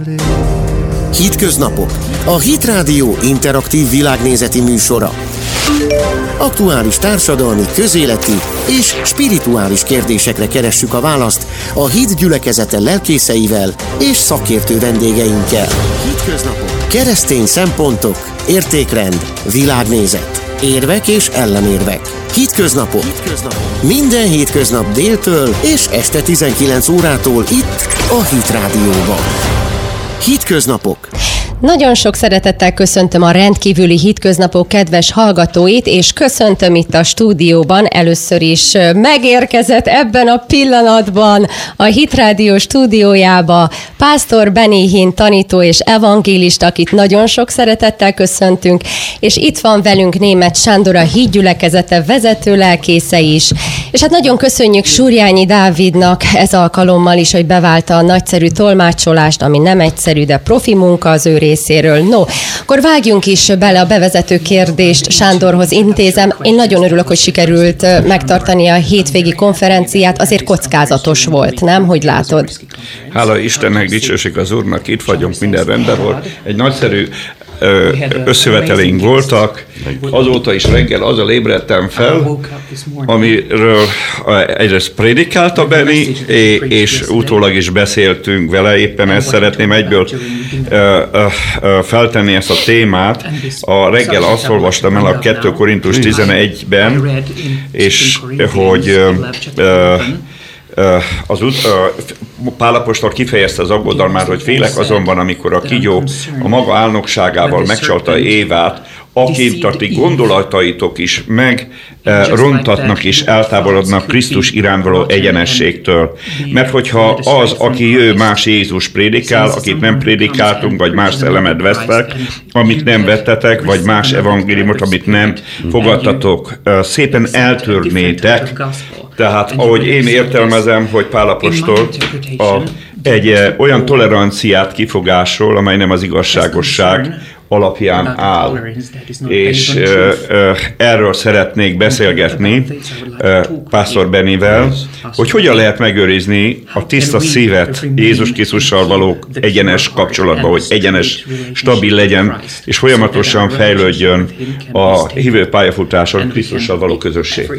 Hétköznapok. A Hit Rádió interaktív világnézeti műsora. Aktuális társadalmi, közéleti és spirituális kérdésekre keressük a választ a Hit gyülekezete lelkészeivel és szakértő vendégeinkkel. Hétköznapok. Keresztény szempontok, értékrend, világnézet, érvek és ellenérvek. Hétköznapok. Minden hétköznap déltől és este 19 órától itt a Hit Rádióban. Hétköznapok. Nagyon sok szeretettel köszöntöm a rendkívüli Hétköznapok kedves hallgatóit, és köszöntöm itt a stúdióban, először is megérkezett ebben a pillanatban a Hit Rádió stúdiójába Pásztor Benny Hinn tanító és evangélista, akit nagyon sok szeretettel köszöntünk, és itt van velünk Németh Sándor, a Hit gyülekezete vezető lelkésze is. És hát nagyon köszönjük Surjányi Dávidnak ez alkalommal is, hogy beválta a nagyszerű tolmácsolást, ami nem egyszerű, de profi munka az ő részéről. No, akkor vágjunk is bele, a bevezető kérdést Sándorhoz intézem. Én nagyon örülök, hogy sikerült megtartani a hétvégi konferenciát, azért kockázatos volt, nem? Hogy látod? Hála Istennek, dicsőség az Úrnak, itt vagyunk, minden rendben volt. Egy nagyszerű összevetelénk voltak, azóta is reggel azzal ébredtem fel, amiről egyrészt prédikálta Benny, és utólag is beszéltünk vele, éppen ezt szeretném egyből feltenni ezt a témát. A reggel azt olvastam el a 2 Korintus 11-ben, és hogy Pál apostol kifejezte az aggodalmát, hogy félek azonban, amikor a kígyó a maga álnokságával megcsalta Évát, akint a ti gondolataitok is megrontatnak és eltávolodnak Krisztus iránt való egyenességtől. Mert hogyha az, aki ő más Jézus prédikál, akit nem prédikáltunk, vagy más szellemet vesztek, amit nem vettetek, vagy más evangéliumot, amit nem fogadtatok, szépen eltörnétek. Tehát, ahogy én értelmezem, hogy Pál apostol egy olyan toleranciát kifogásol, amely nem az igazságosság alapján áll. És erről szeretnék beszélgetni Pásztor Bennyvel, hogy hogyan lehet megőrizni a tiszta szívet Jézus Krisztussal való egyenes kapcsolatban, hogy egyenes, stabil legyen, és folyamatosan fejlődjön a hívő pályafutáson Krisztussal való közösség.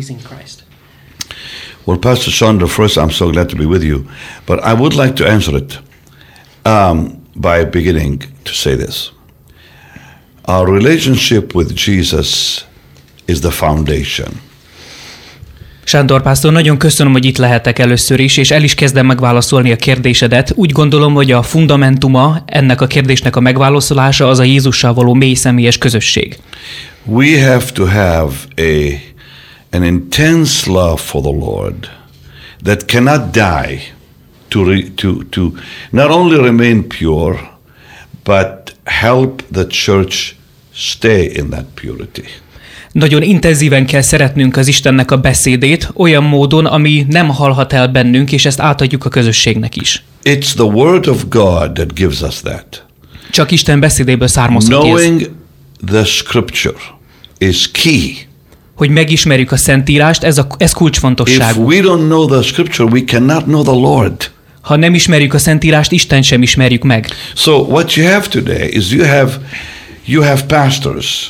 Well, Pastor Chandra, first, I'm so glad to be with you, but I would like to answer it by beginning to say this. Our relationship with Jesus is the foundation. Sándor pásztor, nagyon köszönöm, hogy itt lehetek először is, és el is kezdem megválaszolni a kérdésedet. Úgy gondolom, hogy a fundamentuma ennek a kérdésnek a megválaszolása az a Jézussal való mély személyes közösség. We have to have an intense love for the Lord that cannot die to not only remain pure, but help the church stay in that purity. Nagyon intenzíven kell szeretnünk az Istennek a beszédét, olyan módon, ami nem halhat el bennünk, és ezt átadjuk a közösségnek is. It's the word of God that gives us that. Csak Isten beszédéből származhat ez. Knowing the scripture is key. Hogy megismerjük a Szentírást, ez kulcsfontosságú. If we don't know the scripture, we cannot know the Lord. Ha nem ismerjük a Szentírást, Isten sem ismerjük meg. So what you have today is you have pastors.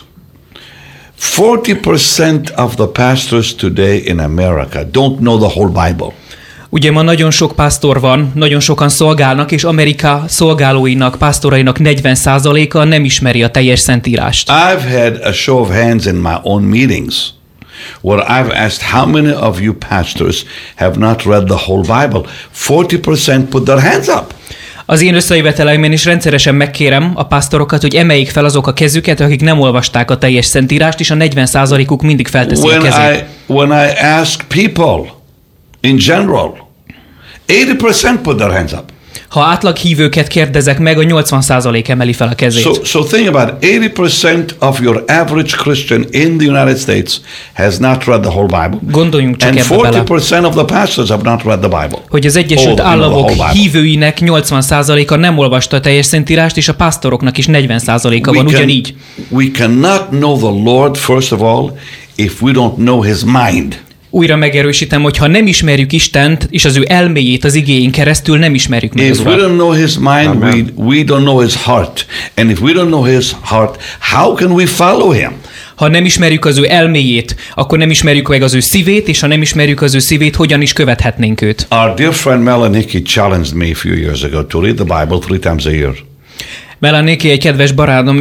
40% of the pastors today in America don't know the whole Bible. Ugye ma nagyon sok pásztor van, nagyon sokan szolgálnak, és Amerika szolgálóinak, pásztorainak 40%-a nem ismeri a teljes Szentírást. I've had a show of hands in my own meetings where I've asked how many of you pastors have not read the whole Bible. 40% put their hands up. Az én összejöveteleimen is rendszeresen megkérem a pásztorokat, hogy emeljék fel azok a kezüket, akik nem olvasták a teljes Szentírást, és a 40%-uk mindig felteszi a kezét. When I ask people in general, 80% put their hands up. Ha átlag hívőket kérdezek meg, a 80% emeli fel a kezét. So think about it. 80% of your average Christian in the United States has not read the whole Bible. Gondoljunk csak ebbe bele. And 40% of the pastors have not read the Bible. Hogy az Egyesült Államok hívőinek 80%-a nem olvasta a teljes Szentírást, és a pásztoroknak is 40%-a van ugyanígy. We cannot know the Lord, first of all, if we don't know His mind. Újra megerősítem, hogy ha nem ismerjük Istent és az ő elméjét az igéjén keresztül, nem ismerjük meg az If we Urat. don't know His mind, we don't know His heart. And if we don't know His heart, how can we follow Him? Ha nem ismerjük az ő elméjét, akkor nem ismerjük meg az ő szívét, és ha nem ismerjük az ő szívét, hogyan is követhetnénk őt. Our dear friend Melaniki challenged me a few years ago to read the Bible 3 times a year. Melaniki, egy kedves barátom,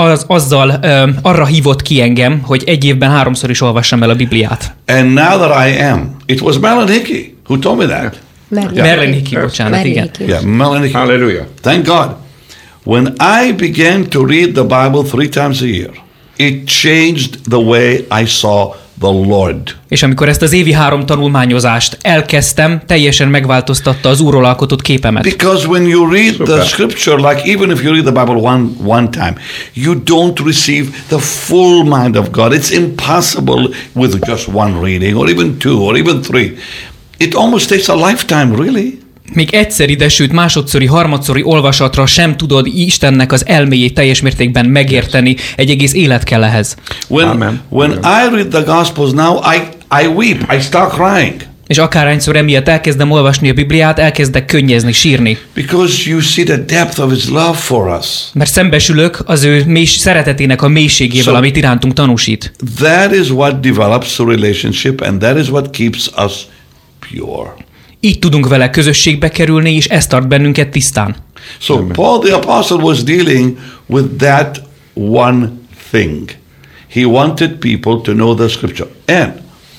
arra hívott ki engem, hogy egy évben 3-szor is olvassam el a Bibliát. And now that I am, it was Melaniki who told me that. Melaniki, bocsánat, igen. Yeah, Melaniki. Hallelujah. Thank God. When I began to read the Bible 3 times a year, it changed the way I saw the Lord. És amikor ezt az évi 3 tanulmányozást elkezdtem, teljesen megváltoztatta az Úrról alkotott képemet. Because when you read the scripture, like even if you read the Bible one time, you don't receive the full mind of God. It's impossible with just one reading, or even 2, or even 3. It almost takes a lifetime, really. Még egyszer ide, sőt másodszori, harmadszori olvasatra sem tudod Istennek az elméjét teljes mértékben megérteni, egy egész élet kell ehhez. Amen. When I read the Gospels now, I weep, I start crying. És akárhányszor emiatt elkezdem olvasni a Bibliát, elkezdek könnyezni, sírni. Because you see the depth of His love for us. Mert szembesülök az ő szeretetének a mélységével, amit irántunk tanúsít. That is what develops the relationship, and that is what keeps us pure. Így tudunk vele közösségbe kerülni, és ez tart bennünket tisztán. So Paul the Apostle was dealing with that one thing. He wanted people to know the scripture. And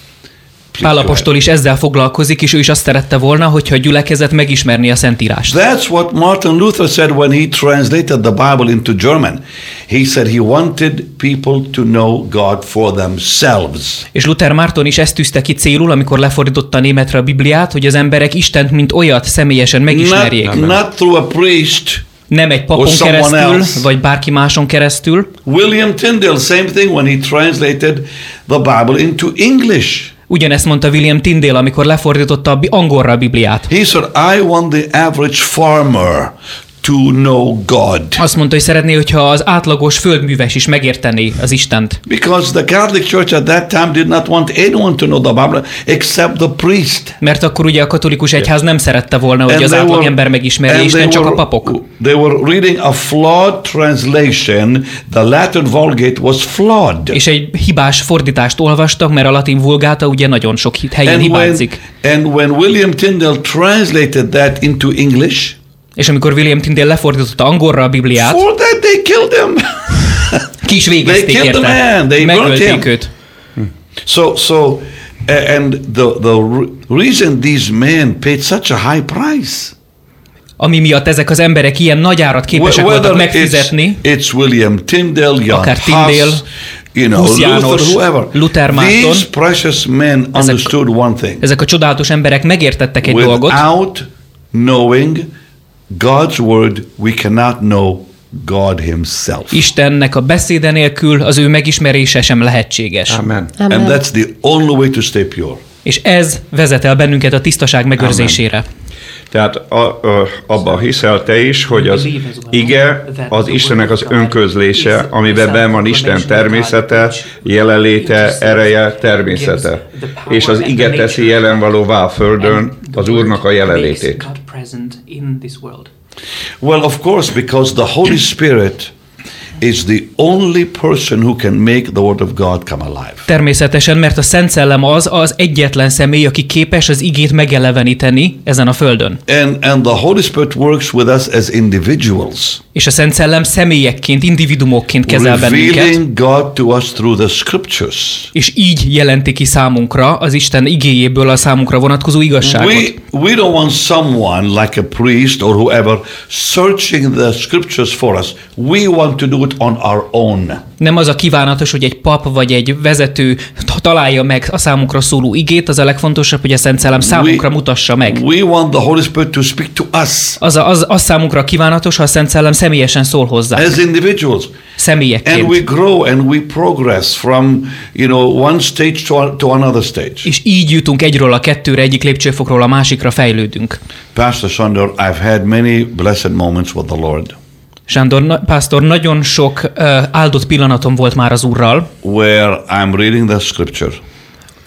Pál apostol is ezzel foglalkozik, és ő is azt szerette volna, hogyha a gyülekezet megismerni a Szentírást. that's what Martin Luther said when he translated the Bible into German. He said he wanted people to know God for themselves. És Luther Márton is ezt tűzte ki célul, amikor lefordította a németre a Bibliát, hogy az emberek Istent mint olyat személyesen megismerjék. Not through a priest. Nem egy papon Or someone keresztül, else. vagy bárki máson keresztül. William Tyndale, same thing when he translated the Bible into English. Ugyanezt mondta William Tyndale, amikor lefordította angolra a Bibliát. He said, I want the average farmer to know God. Azt mondta, hogy szeretné, hogyha az átlagos földműves is megértené az Istent. Because the Catholic Church at that time did not want anyone to know the Bible except the priest. Mert akkor ugye a katolikus egyház nem szerette volna, hogy az átlag ember megismerje Istent, csak a papok. They were reading a flawed translation. The Latin Vulgate was flawed. És egy hibás fordítást olvastak, mert a latin vulgáta ugye nagyon sok helyen hibázik. And when William Tyndale translated that into English, És amikor William Tyndale lefordította angolra a Bibliát, for that they killed him. ki is végezték They killed the érte. man. They burnt Megölték him. őt. And the reason these men paid such a high price, Ami miatt ezek az emberek ilyen nagy árat képesek voltak megfizetni, it's William Tyndale, Jan akár Tyndale, Hus, Husz János, Luther, whoever. Luther Márton, These precious men understood one thing. ezek a csodálatos emberek megértettek egy dolgot. Without knowing God's word, we cannot know God himself. Istennek a beszéde nélkül az ő megismerése sem lehetséges. Amen. And that's the only way to stay pure. És ez vezet el bennünket a tisztaság megőrzésére. Tehát abban hiszel te is, hogy az ige az Istennek az önközlése, amiben benn van Isten természete, jelenléte, ereje, természete. És az ige teszi jelenvalóvá a földön az Úrnak a jelenlétét. Well, of course, because the Holy Spirit is the only person who can make the word of God come alive. Természetesen, mert a Szent Szellem az egyetlen személy, aki képes az igét megeleveníteni ezen a földön. And the Holy Spirit works with us as individuals. És a Szent Szellem személyekként, individumokként kezel bennünket. Revealing God to us through the scriptures. És így jelenti ki számunkra az Isten igéjéből a számunkra vonatkozó igazságot. We don't want someone like a priest or whoever searching the scriptures for us. We want to do it on our own. Nem az a kívánatos, hogy egy pap vagy egy vezető találja meg a számunkra szóló igét, az a legfontosabb, hogy a Szent Szellem számunkra mutassa meg. We want the Holy Spirit to speak to us. Az számunkra kívánatos, ha a Szent Szellem személyesen szól hozzá. As individuals. Személyekként. And we grow and we progress from, one stage to another stage. És így jutunk egyről a kettőre, egyik lépcsőfokról a másikra fejlődünk. Pastor Sándor, I've had many blessed moments with the Lord. Sándor, pásztor, nagyon sok áldott pillanatom volt már az Úrral. Where I'm reading the scripture.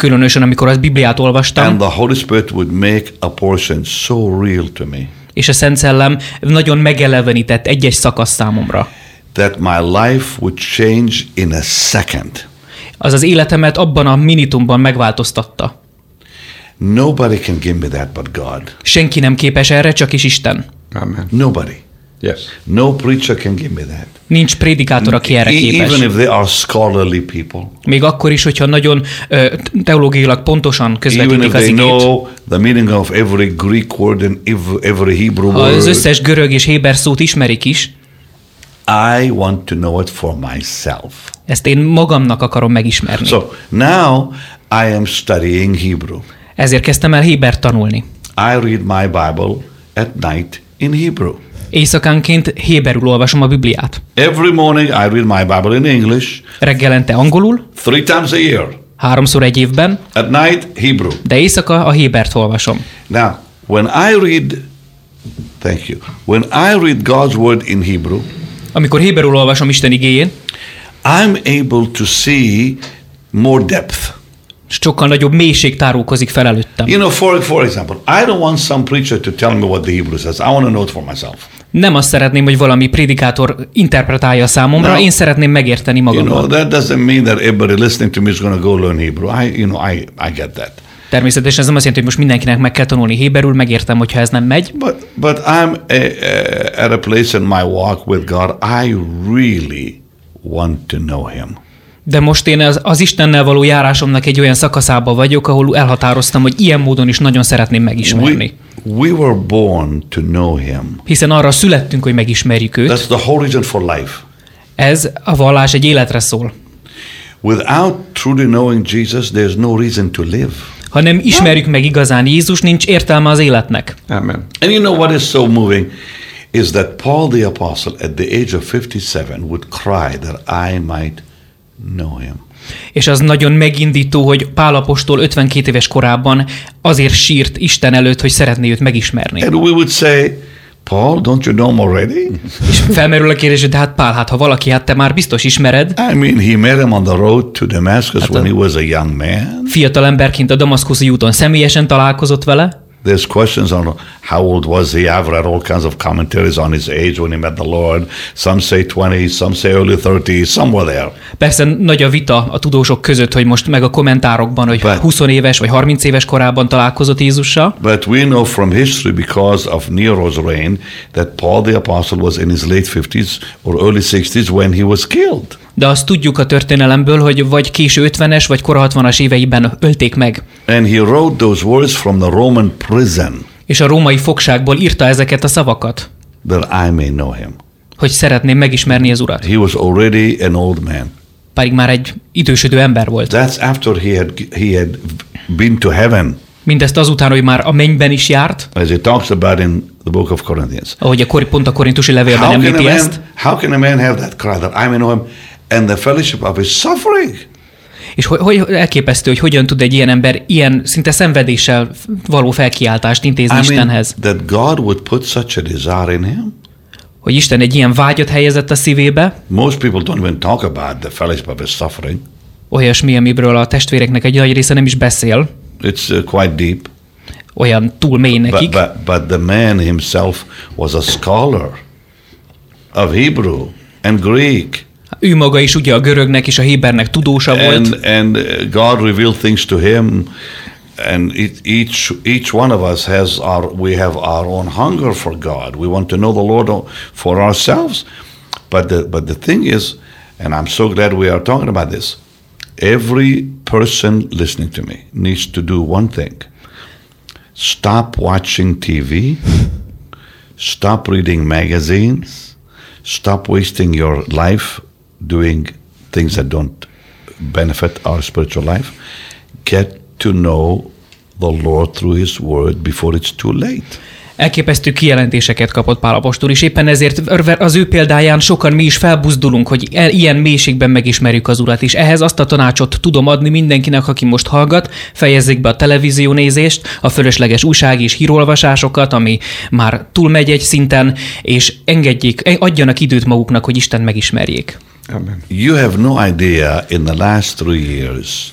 Különösen, amikor az Bibliát olvastam. And the Holy Spirit would make a portion so real to me. És a Szent Szellem nagyon megelevenített egy-egy szakasz számomra. That my life would change in a second. Az életemet abban a minitumban megváltoztatta. Nobody can give me that but God. Senki nem képes erre, csak is Isten. Amen. Nobody. Yes. No preacher can give me that. Nincs prédikátor, aki erre képes. Even if they are scholarly people. Még akkor is, hogyha nagyon teológiailag pontosan Even if közvetítik az they igét. know the meaning of every Greek word and every Hebrew word. Az összes görög és héber szót ismerik is. I want to know it for myself. Ezt én magamnak akarom megismerni. So now I am studying Hebrew. Ezért kezdtem el héber tanulni. I read my Bible at night in Hebrew. Éjszakánként héberül olvasom a Bibliát. Every morning I read my Bible in English. Reggelente angolul, 3 times a year. 3-szor egy évben, At night, Hebrew. de éjszaka a hébert olvasom. Now, when I read God's word in Hebrew, Amikor héberül olvasom Isten igéjén, I'm able to see more depth. sokkal nagyobb mélység tárulkozik fel előttem. You know, for example, I don't want some preacher to tell me what the Hebrew says. I want to know it for myself. Nem azt szeretném, hogy valami prédikátor interpretálja számomra, No. én szeretném megérteni You magammal. know, that doesn't mean that everybody listening to me is going to go learn Hebrew. I get that. Természetesen ez nem azt jelenti, hogy most mindenkinek meg kell tanulni héberül, megértem, hogyha ez nem megy. But I'm at a place in my walk with God. I really want to know Him. De most én az Istennel való járásomnak egy olyan szakaszába vagyok, ahol elhatároztam, hogy ilyen módon is nagyon szeretném megismerni. We were born to know Him. Hiszen arra születtünk, hogy megismerjük őt. That's the whole reason for life. Ez a vallás egy életre szól. Without truly knowing Jesus, there's no reason to live. Ha nem ismerjük meg igazán Jézus, ninch értelme az életnek. Amen. And you know what is so moving is that Paul the Apostle at the age of 57 would cry that I might know Him. És az nagyon megindító, hogy Pál apostol 52 éves korában azért sírt Isten előtt, hogy szeretné őt megismerni. And we would say, Paul, don't you know him already? És felmerül a kérdés, hogy de hát Pál, ha valaki, hát te már biztos ismered. I mean, he met him on the road to Damascus when he was a young man. Fiatal emberként a damaszkuszi úton személyesen találkozott vele. There's questions on how old was he. I've read all kinds of commentaries on his age when he met the Lord. Some say 20, some say early 30s, somewhere there. Persze nagy a vita a tudósok között, hogy most meg a kommentárokban, hogy 20 éves vagy 30 éves korában találkozott Jézussal. But we know from history because of Nero's reign that Paul the Apostle was in his late 50s or early 60s when he was killed. De azt tudjuk a történelemből, hogy vagy késő 50-es, vagy kora 60-as éveiben ölték meg. And he wrote those words from the Roman prison. És a római fogságból írta ezeket a szavakat. That I may know him. Hogy szeretném megismerni az Urat. He was already an old man. Pedig már egy idősödő ember volt. That's after he had been to heaven. Mindezt azután, hogy már a mennyben is járt. As he talks about in the book of Corinthians. Ahogy pont a korintusi levélben említi ezt. How can a man have that cry that I may know him and the fellowship of his suffering? És hogy elképesztő, hogy hogyan tud egy ilyen ember ilyen szinte szenvedéssel való felkiáltást intézni Istenhez. That God would put such a desire in him? Hogy Isten egy ilyen vágyat helyezett a szívébe. Most people don't even talk about the fellowship of his suffering. Olyasmi, amiből a testvéreknek egy nagy része nem is beszél. It's quite deep. Olyan túl mély nekik. But the man himself was a scholar of Hebrew and Greek. Ő maga is ugye a görögnek és a hébernek tudósa volt. And God revealed things to him, and each one of us we have our own hunger for God. We want to know the Lord for ourselves. But the thing is, and I'm so glad we are talking about this, every person listening to me needs to do one thing. Stop watching TV. Stop reading magazines. Stop wasting your life doing things that don't benefit our spiritual life. Get to know the Lord through His Word before it's too late. Elképesztő kijelentéseket kapott Pál apostol, és éppen ezért az ő példáján sokan mi is felbuzdulunk, hogy ilyen mélységben megismerjük az Urat, és ehhez azt a tanácsot tudom adni mindenkinek, aki most hallgat, fejezzék be a televíziónézést, a fölösleges újság és hírolvasásokat, ami már túlmegy egy szinten, és adjanak időt maguknak, hogy Isten megismerjék. Amen. You have no idea in the last 3 years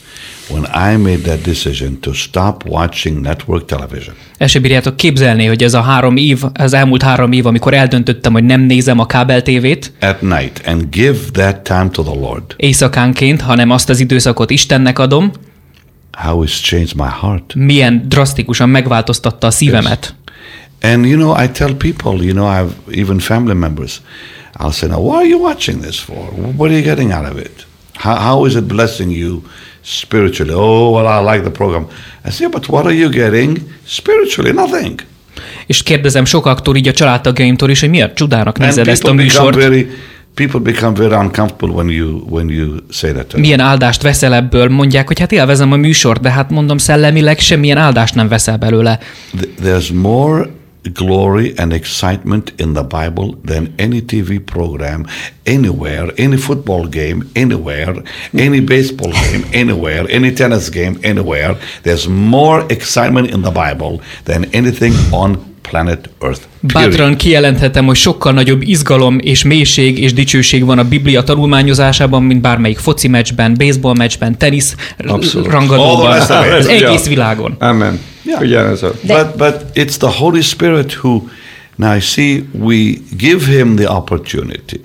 when I made that decision to stop watching network television. El se bírjátok képzelni, hogy ez az elmúlt 3 év, amikor eldöntöttem, hogy nem nézem a kábel tévét At night and give that time to the Lord. éjszakánként, hanem azt az időszakot Istennek adom, How it's changed my heart. milyen drasztikusan megváltoztatta a szívemet. And I tell people, I've even family members, I'll say, now, why are you watching this for? What are you getting out of it? How is it blessing you spiritually? Oh, well, I like the program. I say, but what are you getting spiritually? Nothing. És kérdezem sokaktól, így a családtagjaimtól is, hogy miért csodának nézed ezt a műsort. People become very uncomfortable when you say that to them. Milyen áldást veszel ebből? Mondják, hogy hát élvezem a műsort, de hát mondom, szellemileg semmilyen áldást nem veszel belőle. There's more glory and excitement in the Bible than any TV program anywhere, any football game anywhere, any baseball game anywhere, any tennis game anywhere. There's more excitement in the Bible than anything on planet Earth. Bátran kijelenthetem, hogy sokkal nagyobb izgalom és mélység és dicsőség van a Biblia tanulmányozásában, mint bármelyik foci meccsben, baseball meccsben, tenisz rangadóban, az egész világon. Amen. Yeah. But it's the Holy Spirit who, now you see, we give him the opportunity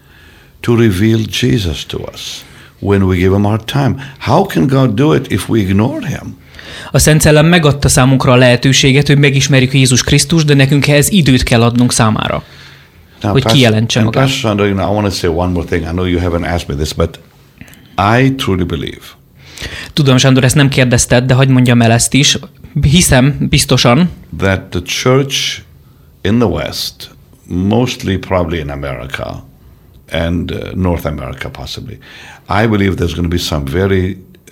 to reveal Jesus to us when we give him our time. How can God do it if we ignore him? A Szent Szellem megadta számunkra a lehetőséget, hogy megismerjük Jézus Krisztust, de nekünk ehhez időt kell adnunk számára, hogy kijelentse magát. Pastor Sandor, I want to say one more thing. I know you haven't asked me this, but I truly believe. Tudom, Sándor, ezt nem kérdezted, de hagyd mondjam el ezt is. Hiszem, biztosan, that the church in the West, mostly probably in America and North America possibly, I believe there's going to be some very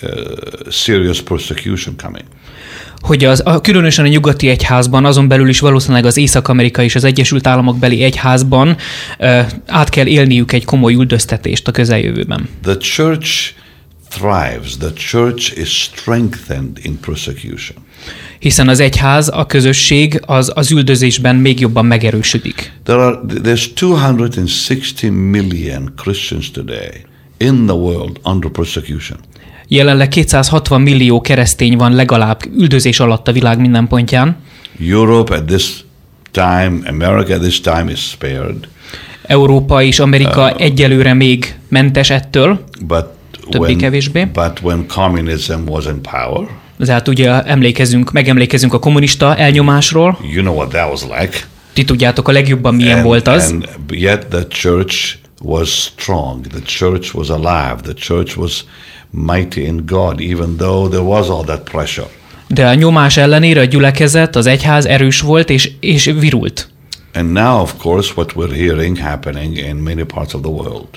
serious persecution coming. Hogy különösen a nyugati egyházban, azon belül is valószínűleg az Észak-Amerika és az Egyesült Államok beli egyházban át kell élniük egy komoly üldöztetést a közeljövőben. The church thrives, the church is strengthened in persecution. Hiszen az egyház, a közösség az üldözésben még jobban megerősödik. There's 260 million Christians today in the world under persecution. Jelenleg 260 millió keresztény van legalább üldözés alatt a világ minden pontján. Europe at this time, America at this time is spared. Európa és Amerika egyelőre még mentes ettől, többé-kevésbé. But when communism was in power, tehát ugye megemlékezünk a kommunista elnyomásról. You know what that was like. Ti tudjátok a legjobban milyen volt az. And yet the church was strong. The church was alive. The church was mighty in God, even though there was all that pressure. De a nyomás ellenére a gyülekezet, az egyház erős volt és virult. And now, of course, what we're hearing happening in many parts of the world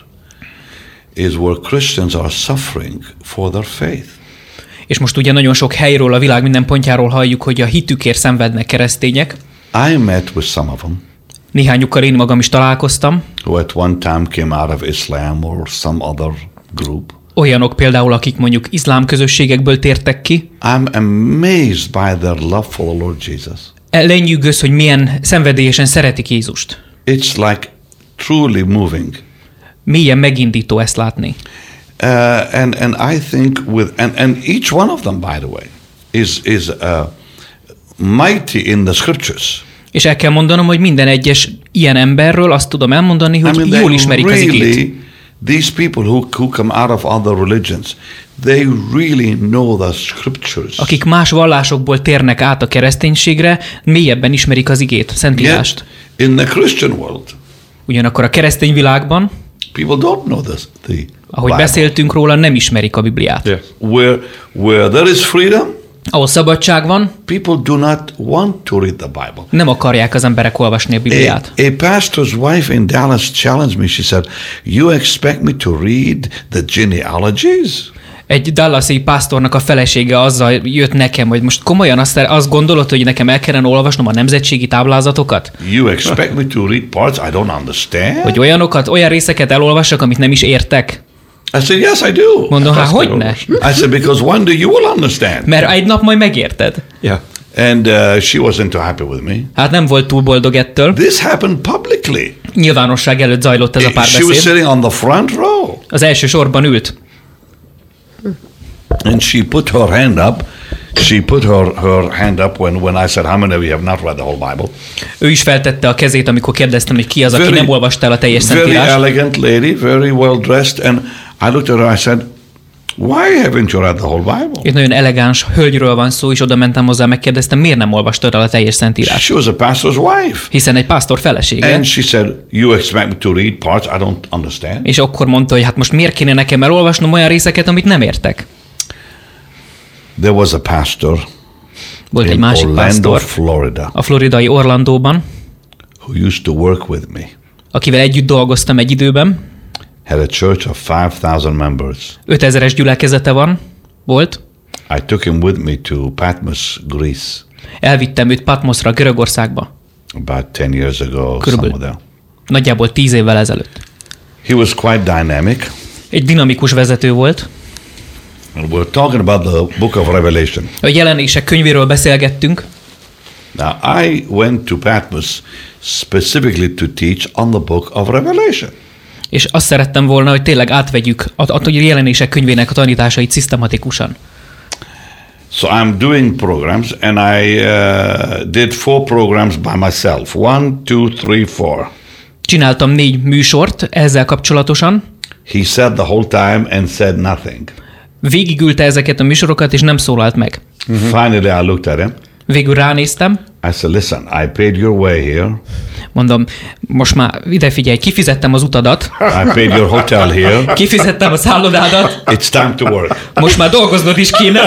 is where Christians are suffering for their faith. És most ugye nagyon sok helyről, a világ minden pontjáról halljuk, hogy a hitükért szenvednek keresztények. I met with some of them. Néhányukkal én magam is találkoztam. Who at one time came out of Islam or some other group. Olyanok például, akik mondjuk iszlám közösségekből tértek ki. I'm amazed by their love for the Lord Jesus. Lenyűgöz, hogy milyen szenvedélyesen szeretik Jézust. It's like truly moving. Mélyen megindító ezt látni. And I think and each one of them, by the way, is mighty in the scriptures. És el kell mondanom, hogy minden egyes ilyen emberről azt tudom elmondani, hogy jól ismerik az igét. These people who come out of other religions, they really know the scriptures. Akik más vallásokból térnek át a kereszténységre, mélyebben ismerik az igét, Szentírást. In the Christian world, ugyanakkor a keresztény világban, people don't know the ahogy beszéltünk róla, nem ismerik a Bibliát. Yeah. Where there is freedom, ahol szabadság van, people do not want to read the Bible. Nem akarják az emberek olvasni a Bibliát. A pastor's wife in Dallas challenged me. She said, "You expect me to read the genealogies?" Egy dallasi pásztornak a felesége azzal jött nekem, hogy most komolyan azt gondolod, hogy nekem el kellene olvasnom a nemzetségi táblázatokat? You expect me to read parts I don't understand? Hogy olyan részeket elolvassak, amit nem is értek? I said, yes, I do. Mondom, hát hogy ne? I said, because one day you will understand. Mert egy nap majd megérted. Yeah. And she wasn't too happy with me. Hát nem volt túl boldog ettől. This happened publicly. Nyilvánosság előtt zajlott ez a párbeszéd. She was sitting on the front row. Az első sorban ült. And she put her hand up. She put her hand up when I said, how many of you have not read the whole Bible? Ő is feltette a kezét, amikor kérdeztem, hogy ki az, aki nem olvasta el a teljes Very Szentírást. elegant lady, very well dressed, and I looked at her, I said, why haven't you read the whole Bible? Egy nagyon elegáns hölgyről van szó, és oda mentem hozzá, megkérdeztem, miért nem olvastad el a teljes Szentírást? She was a pastor's wife. Hiszen egy pásztor felesége. And she said, you expect me to read parts I don't understand? És akkor mondta, hogy hát most miért kéne nekem elolvasnom olyan részeket, amit nem értek? There was a pastor Volt egy in másik Orlando, pásztor Florida, a floridai Orlandóban, who used to work with me. akivel együtt dolgoztam egy időben. Had a church of 5,000 members. 5000-es gyülekezete volt. I took him with me to Patmos, Greece, Elvittem őt Patmosra, Görögországba. about 10 years ago, Körülbelül. somewhere there. Nagyjából 10 évvel ezelőtt. He was quite dynamic. Egy dinamikus vezető volt. And we're talking about the book of Revelation. A jelenések könyvéről beszélgettünk. Now, I went to Patmos specifically to teach on the book of Revelation. És azt szerettem volna, hogy tényleg átvegyük a jelenések könyvének a tanításait szisztematikusan. So I'm doing programs, and I did 4 programs by myself. 1, 2, 3, 4. Csináltam 4 műsort ezzel kapcsolatosan. He sat the whole time and said nothing. Végigülte ezeket a műsorokat, és nem szólalt meg. Finally, I looked at him. Végül ránéztem, I said, listen, I paid your way here. mondom, most már ide figyelj, kifizettem az utadat, I paid your hotel here. kifizettem a szállodádat, It's time to work. most már dolgoznod is kéne.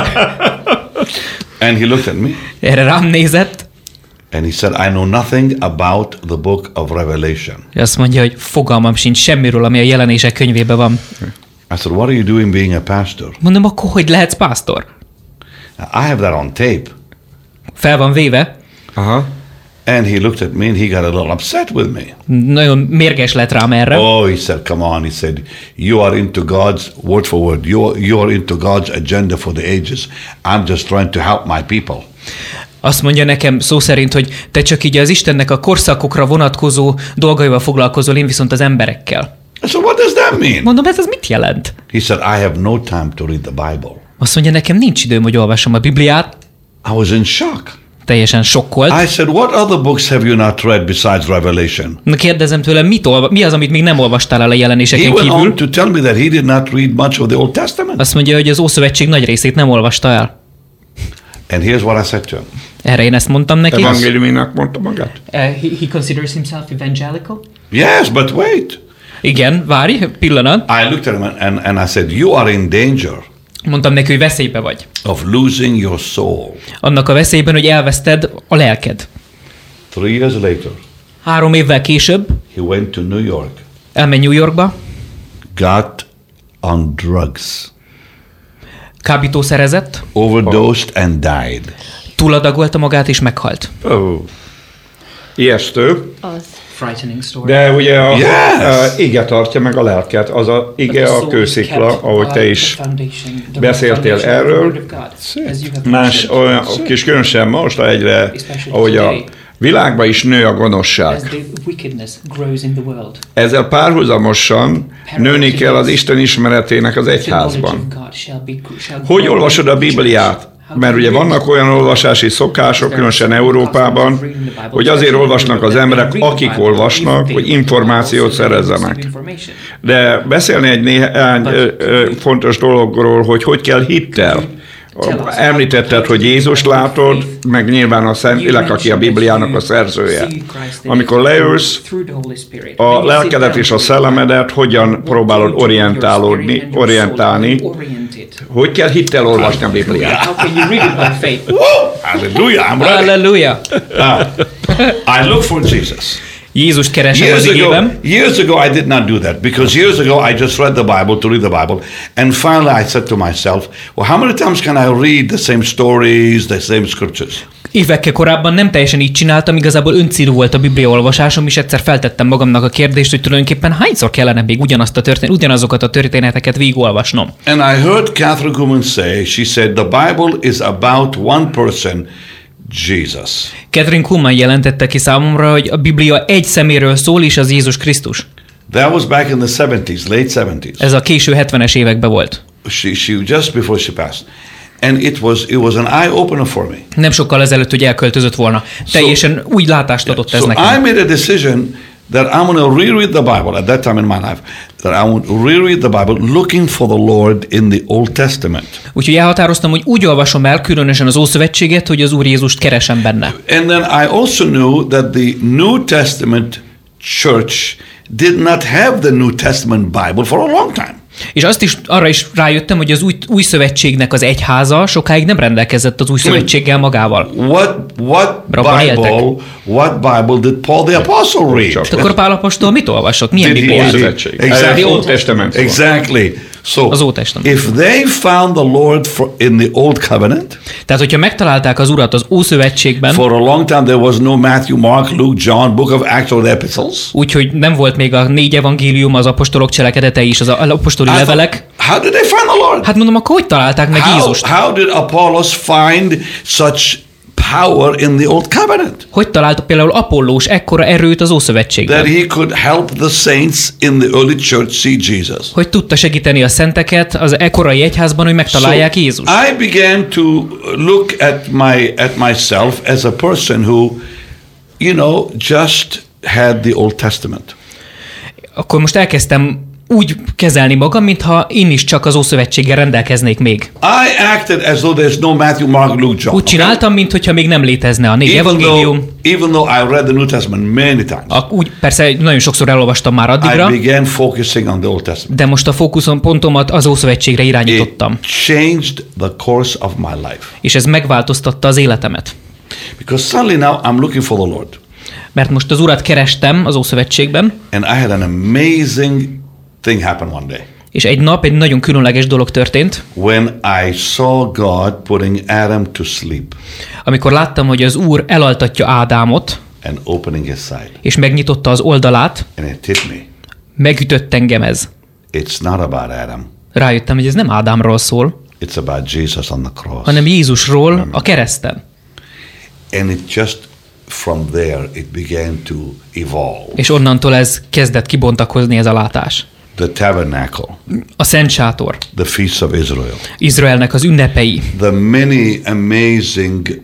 And he looked at me, Erre rám nézett, and he said, I know nothing about the book of Revelation. és azt mondja, hogy fogalmam sincs semmiről, ami a jelenések könyvében van. I said, what are you doing being a pastor? Mondom, akkor hogy lehetsz pásztor? I have that on tape. Fel van véve, Aha. And he looked at me and he got a little upset with me. nagyon mérges lett rám erre. Oh, he said, come on. He said, you are into God's, word for word, you are into God's agenda for the ages. I'm just trying to help my people. Azt mondja nekem szó szerint, hogy te csak így az Istennek a korszakokra vonatkozó dolgaival foglalkozol, én viszont az emberekkel. I said, what does that mean? Mondom, ez mit jelent? He said, I have no time to read the Bible. Azt mondja, nekem nincs időm, hogy olvassam a Bibliát. I was in shock. Teljesen sokkolt. I said, what other books have you not read besides Revelation? Na kérdezem tőle, mi az, amit még nem olvastál el a He jelenéseken went kívül? on to tell me that he did not read much of the Old Testament. Azt mondja, hogy az Ószövetség nagy részét nem olvasta el. And here's what I said to him. Erre én ezt mondtam neki. Evangéliuminak mondta magát? He considers himself evangelical? Yes, but wait. Igen, várj, pillanat. I looked at him and I said, you are in danger Mondtam neki, hogy veszélybe vagy. of losing your soul. Annak a veszélyben, hogy elveszted a lelked. 3 years later, 3 évvel később he went to New York, elmegy New Yorkba, got on drugs, kábítószerezett, overdosed and died. túladagolta magát és meghalt. Ijesztő. Az. Frightening story. De ugye a Yes. ige tartja meg a lelket, az a ige a kőszikla, ahogy te is beszéltél erről. Más olyan, és különösen most egyre, ahogy a világban is nő a gonoszság. Ezzel párhuzamosan nőni kell az Isten ismeretének az egyházban. Hogy olvasod a Bibliát? Mert ugye vannak olyan olvasási szokások, különösen Európában, hogy azért olvasnak az emberek, akik olvasnak, hogy információt szerezzenek. De beszélni egy néhány fontos dologról, hogy kell hittel. Említetted, hogy Jézus látod, meg nyilván a Szentlélek, aki a Bibliának a szerzője. Amikor leülsz, a lelkedet és a szellemedet hogyan próbálod orientálni, hogy kell hittel olvasni a Bibliát. Hallelujah, I'm ready. Halleluja! I look for Jesus. Jézust keresem az igében. Years ago, I did not do that because years ago I just read the Bible to read the Bible, and finally I said to myself, "Well, how many times can I read the same stories, the same scriptures?" Évekkel korábban nem teljesen így csináltam, igazából öncélú volt a Biblia olvasásom, és egyszer feltettem magamnak a kérdést, hogy tulajdonképpen hányszor kellene még ugyanazokat a történeteket végigolvasnom. And I heard Catherine Kuhlman say, she said, the Bible is about one person, Jesus. Catherine Kuhlman jelentette ki számomra, hogy a Biblia egy szeméről szól, és az Jézus Krisztus. That was back in the 70s, late 70s. Ez a késő 70-es években volt. she just before she passed. And it was an eye opener for me. Nem sokkal ezelőtt, hogy elköltözött volna. Teljesen új látást adott ez So nekem. I made a decision that I'm going to reread the Bible at that time in my life. That I want to reread the Bible looking for the Lord in the Old Testament. Úgyhogy elhatároztam, hogy úgy olvasom el, különösen az Ószövetséget, hogy az Úr Jézust keresem benne. And then I also knew that the New Testament church did not have the New Testament Bible for a long time. És arra is rájöttem, hogy az új szövetségnek az egyháza sokáig nem rendelkezett az új szövetséggel magával. What Bible did Paul the Apostle read? Akkor Pál apostol mit olvasott? Milyen Bibliát? Exactly. Old Testament. Exactly. So, Az Ótestament. if they found the Lord in the Old Covenant, Tehát, hogyha megtalálták az Urat az Ószövetségben, for a long time there was no Matthew, Mark, Luke, John, book of Acts or the epistles. úgyhogy nem volt még a 4 evangélium, az apostolok cselekedetei és az apostoli levelek. How did they find the Lord? Hát mondom, akkor hogy találták meg Jézust? How did Apollos find such power in the Old Covenant? Hogy találta például Apollós ekkora erőt az That Ószövetségben? he could help the saints in the early church see Jesus. Hogy tudta segíteni a szenteket az ekkorai egyházban, hogy megtalálják Jézust? I began to look at myself as a person who, just had the Old Testament. Akkor most elkezdtem úgy kezelni magam, mintha én is csak az Ószövetséggel rendelkeznék még. I acted as though there's no Matthew, Mark, Luke, John. Úgy csináltam, mintha még nem létezne a 4 evangélium. Even though I read the New Testament many times. Úgy persze nagyon sokszor elolvastam már addigra, I began focusing on the Old Testament. de most a pontomat az Ószövetségre irányítottam. It changed the course of my life. És ez megváltoztatta az életemet. Because suddenly now I'm looking for the Lord. Mert most az Urat kerestem az Ószövetségben, And I had an amazing thing happen one day. és egy nap egy nagyon különleges dolog történt, When I saw God putting Adam to sleep amikor láttam, hogy az Úr elaltatja Ádámot, and opening his side. és megnyitotta az oldalát, And it hit me. megütött engem ez. It's not about Adam. Rájöttem, hogy ez nem Ádámról szól, It's about Jesus on the cross. hanem Jézusról a kereszten. And it just from there it began to evolve. És onnantól ez kezdett kibontakozni, ez a látás. The tabernacle, A Szent Sátor, the feasts of Israel, Izraelnek az ünnepei, the many amazing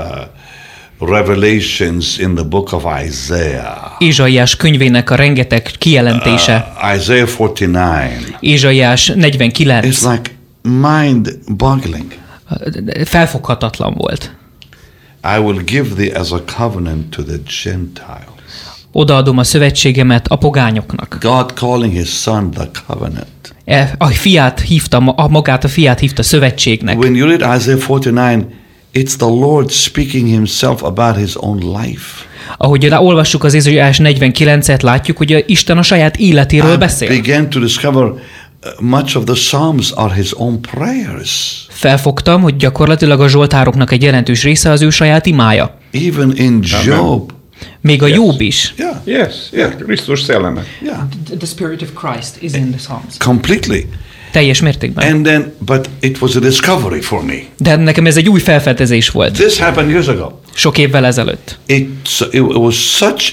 revelations in the book of Isaiah. Ézsaiás könyvének a rengeteg kijelentése, Isaiah 49. Ézsaiás 49, It's like mind-boggling. felfoghatatlan volt. I will give thee as a covenant to the Gentiles. Odaadom a szövetségemet a pogányoknak. God calling his son the covenant. A fiát hívta, magát a fiát hívta szövetségnek. When you read Isaiah 49, it's the Lord speaking himself about his own life. Ahogy olvassuk az Ézsaiás 49-et, látjuk, hogy Isten a saját életéről I beszél. began to discover much of the Psalms are his own prayers. Felfogtam, hogy gyakorlatilag a zsoltároknak egy jelentős része az ő saját imája. Even in Job. Még a Jobb is. Yeah, Yes, Krisztus szelleme. yeah, The spirit of Christ is in the Psalms. completely. Teljes mértékben. And then, but it was a discovery for me. De nekem ez egy új felfedezés volt. This happened years ago. Sok évvel ezelőtt. It was such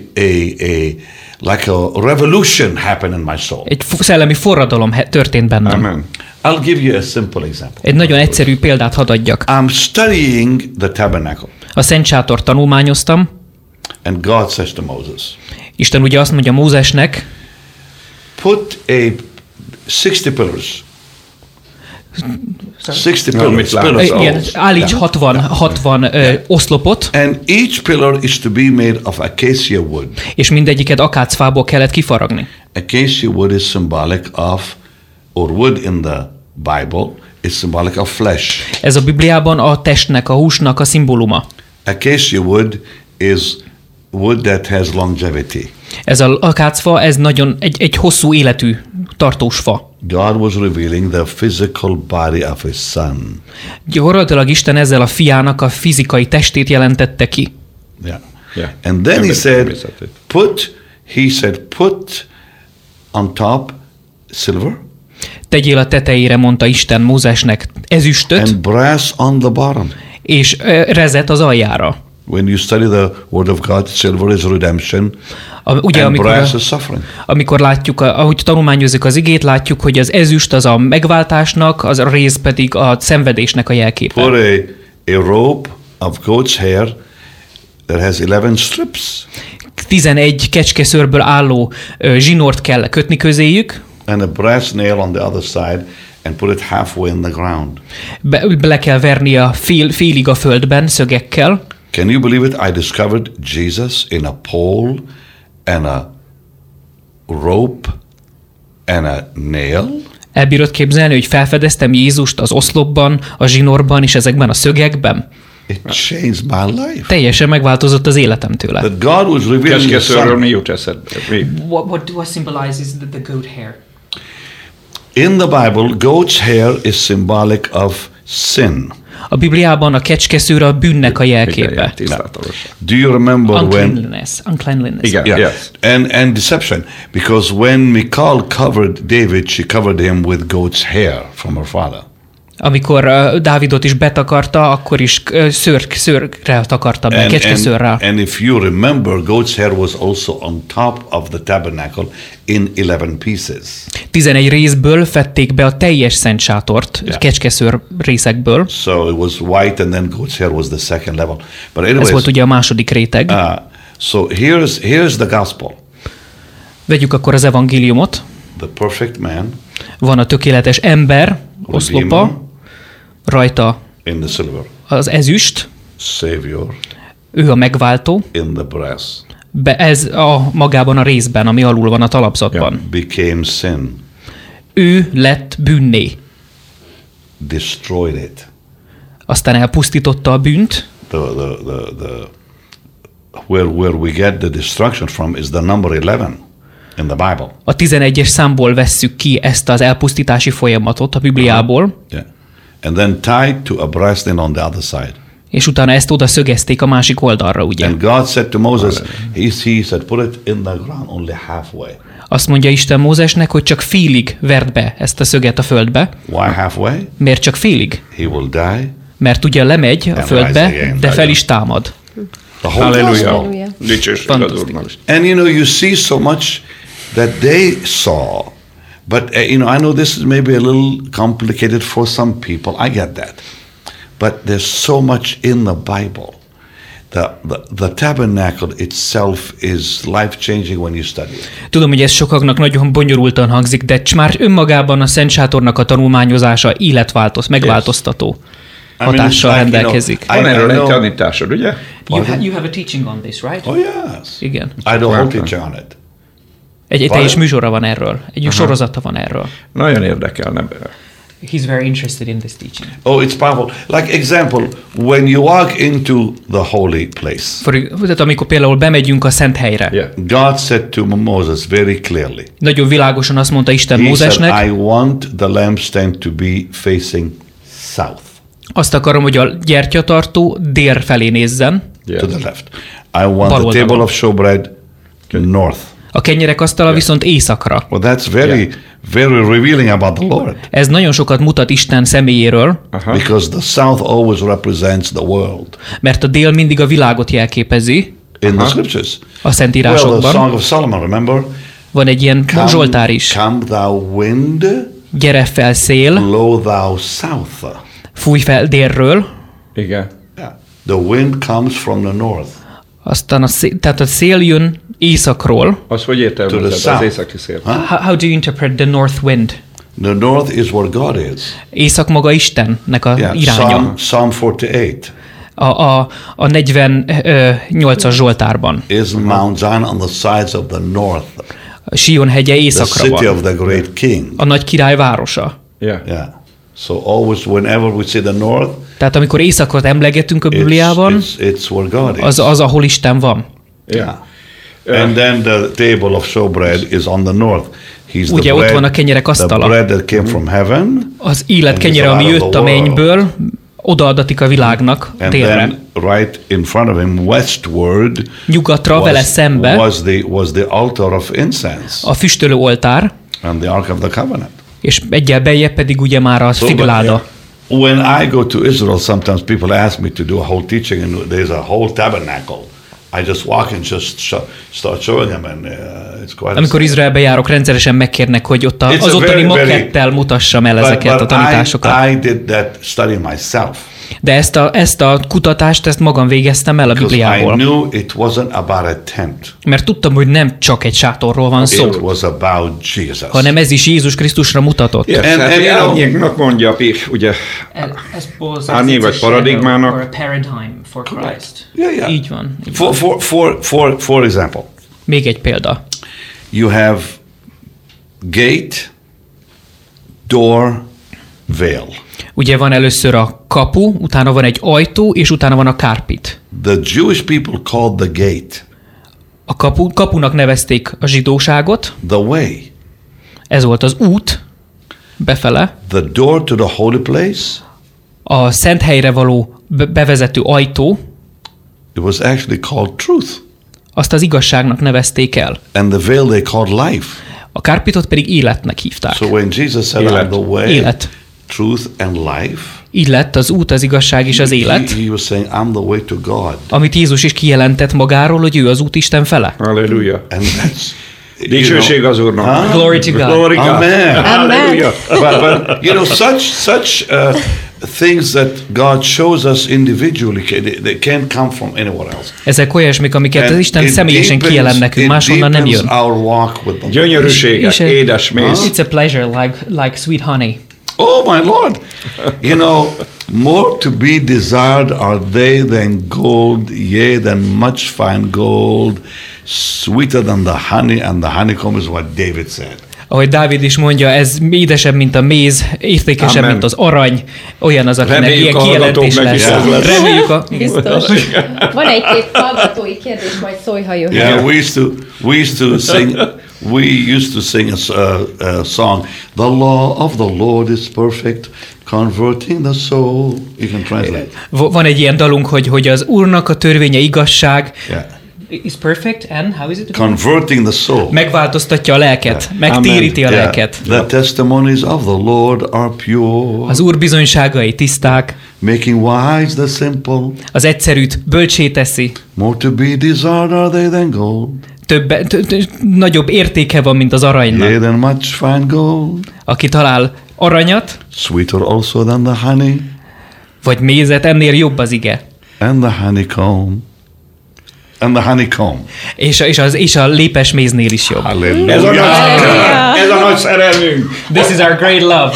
like a revolution happened in my soul. Egy szellemi forradalom történt bennem. Amen. I'll give you a simple example. Egy nagyon egyszerű példát hadd adjak. I'm studying the tabernacle, A Szent Sátort tanulmányoztam, and God says to Moses, Isten ugye azt mondja Mózesnek, put 60 pillars. 60 No, mit lát? pillars. igen, állíts 60 oszlopot, And each pillar is to be made of acacia wood. és mindegyiket akácfából kellett kifaragni. Acacia wood is symbolic of, or wood in the Bible is symbolic of flesh. Ez a Bibliában a testnek, a húsnak a szimbóluma. Acacia wood is wood that has longevity. Ez az akácfa, ez nagyon egy hosszú életű, tartós fa. God was revealing the physical body of his son. Gyakorlatilag Isten ezzel a fiának a fizikai testét jelentette ki. Yeah. Yeah. And then he Ember said, természetét. put on top silver Tegyél a tetejére, mondta Isten Mózesnek, ezüstöt, and brass on the bottom. és rezet az aljára. when you study the Word of God, silver is redemption, Ugye, and brass is suffering. amikor látjuk, ahogy tanulmányozzuk az igét, látjuk, hogy az ezüst az a megváltásnak, az a réz pedig a szenvedésnek a jelképe. Put a rope of goat's hair that has 11 strips. 11 kecskeszőrből álló zsinort kell kötni közéjük, And a brass nail on the other side, and put it halfway in the ground. Bele kell verni a félig a földben szögekkel. Can you believe it? I discovered Jesus in a pole and a rope and a nail. Elbírod képzelni, hogy felfedeztem Jézust az oszlopban, a zsinorban és ezekben a szögekben? It changed my life. Teljesen megváltozott az életem tőle. That God was revealing His Kecskeszőről mi Son. jut eszedbe? What symbolizes the goat hair? In the Bible, goat's hair is symbolic of sin. A Bibliában a kecskeszőr a bűnnek a jelképe. Tisztátalanság. Do you remember when? Uncleanliness. Igen, Yeah, yes. and deception. Because when Michal covered David, she covered him with goat's hair from her father. Amikor Dávidot is betakarta, akkor is szőrrel takarta be, kecskeszőrrel. And if you remember, goat's hair was also on top of the tabernacle in 11 pieces. 11 részből fették be a teljes szent sátort, kecskeszőr részekből. So it was white, and then goat's hair was the second level. But anyways, Ez volt ugye a második réteg. so here's the gospel. Vegyük akkor az evangéliumot. The perfect man Van a tökéletes ember oszlopa, rajta in the silver, az ezüst, Savior ő a megváltó, in the brass. ez a magában a részben, ami alul van a talapzatban. Became sin, Ő lett bűnné. destroyed it. Aztán elpusztította a bűnt. Where we get the destruction from is the number 11 in the Bible. A 11-es számból vesszük ki ezt az elpusztítási folyamatot a Bibliából, Yeah. And then tied to a brass nail on the other side. és utána ezt oda szögezték a másik oldalra, ugye? And God said to Moses, he said, put it in the ground only halfway. Azt mondja Isten Mózesnek, hogy csak félig verd be ezt a szöget a földbe. Why halfway? Miért csak félig? He will die. Mert ugye lemegy a And földbe, rise again. de fel is támad. The whole Halleluja. gospel. Dicsőség az Úrnak. Fantasztikus. And you see so much that they saw. But I know this is maybe a little complicated for some people. I get that. But there's so much in the Bible. The tabernacle itself is life-changing when you study it. Tudom, hogy ez sokaknak nagyon bonyolultan hangzik, de már önmagában a Szent Sátornak a tanulmányozása megváltoztató hatással rendelkezik. Van erről egy tanításod, ugye? You have a teaching on this, right? Oh, yes. Igen. I do a whole teaching on it. Egy teljes műsora van erről. Egy sorozata van erről. Nagyon érdekelne. He's very interested in this teaching. Oh, it's powerful. Like example, when you walk into the holy place, Tehát amikor például bemegyünk a szent helyre, Yeah. God said to Moses very clearly, nagyon világosan azt mondta Isten He said, Mózesnek, I want the lampstand to be facing south, azt akarom, hogy a gyertyatartó dél felé nézzen, to the left. I want the Bal table oldalon. of showbread north. a kenyerek asztala viszont északra. Well, that's very revealing about the Lord. Ez nagyon sokat mutat Isten személyéről, Because the south always represents the world mert a dél mindig a világot jelképezi in the scriptures. a Well, the szentírásokban. Song of Solomon, remember? Van egy ilyen zsoltár is. Come thou wind, Gyere fel szél, blow thou south. fújj fel délről, Igen. Yeah. The wind comes from the north. aztán tehát a szél jön északról. Az hogy To értelmezed the az south. északi szél? How do you interpret the north wind? The north is where God is. Észak maga Istennek a iránya. Psalm 48 A 48-as Zsoltárban. is Mount Zion on the sides of the north, A Sion hegye the északra city van. of the great king. A nagy király városa. Yeah. Yeah. So always, whenever we say the north, Tehát amikor északot emlegetünk a Bibliában, it's where God is. az ahol Isten van. Yeah. And then the table of showbread is on the north. He's Ugye the ott bread, van a kenyerek the asztala. bread that came from heaven, Az élet And kenyere, he's ami out of jött the a world. mennyből, odaadatik a világnak and délre. then right in front of him, westward, Nyugatra vele szembe was the altar of incense a füstölő oltár, and the Ark of the Covenant. és egyel beljebb pedig ugye már a figláda. when I go to Israel, sometimes people ask me to do a whole teaching, and there's a whole tabernacle. I just walk and just start showing them, and it's quite. Amikor Izraelbe járok, rendszeresen megkérnek, hogy ott az ottani makettel mutassam el ezeket a tanításokat. I did that study myself. De ezt a kutatást, ezt magam végeztem el a Bibliából. I knew it wasn't about a tent. Mert tudtam, hogy nem csak egy sátorról van szó, It was about Jesus. hanem ez is Jézus Krisztusra mutatott. Yes, árnyéknak mondja, ugye, árnyék vagy paradigmának. Yeah. Így van. For example. Még egy példa. You have gate, door, veil. Ugye van először a kapu, utána van egy ajtó, és utána van a kárpit. The Jewish people called the gate A kapunak nevezték a zsidóságot, the way. ez volt az út befele. The door to the holy place, A szent helyre való bevezető ajtó, it was actually called truth. azt az igazságnak nevezték el. And the veil they called life. A kárpitot pedig életnek hívták. So when Jesus said, I'm the way, Élet. truth and life, Így lett az út, az igazság és az élet, he was saying, I'm the way to God. amit Jézus is kijelentett magáról, hogy ő az út Isten fele. Halleluja. And that's Dicsőség az Úrnak. Glory to God. Glory God. Amen. Halleluja. But you know, such things that God shows us individually, they can't come from anywhere else. Ezek olyasmik, amiket az Isten személyesen kijelent nekünk, máshonnan nem jön. Our walk with the Lord. Gyönyörűséges, édes méz. It's a pleasure, like sweet honey. Oh my Lord, you know, more to be desired are they than gold, yea, than much fine gold, sweeter than the honey, and the honeycomb is what David said. Ahogy Dávid is mondja, ez édesebb, mint a méz, értékesebb, Amen. mint az arany. Olyan az, akinek Reméljük, ilyen a kijelentés hallgatóknak lesz. is ez lesz. Reméljük a... Biztos. Van egy-két hallgatói kérdés, majd szólj, ha jöhet. Yeah, we used to sing a song. The law of the Lord is perfect, converting the soul. You can translate. Van egy ilyen dalunk, hogy az Úrnak a törvénye igazság, Yeah. is perfect, and how is it? Converting the soul. Megváltoztatja a lelket, megtéríti a Yeah. lelket. The testimonies of the Lord are pure, Az Úr bizonyságai tiszták, making wise the simple. az egyszerűt bölcsé teszi, More to be desired are they than gold, nagyobb értéke van, mint az yea, aranynak. than much fine gold, Aki talál aranyat, sweeter also than the honey, vagy mézet, ennél jobb az ige. and the honeycomb. And the honeycomb. És a lépes méznél is jobb. Ez a nagy szerelmünk. This is our great love.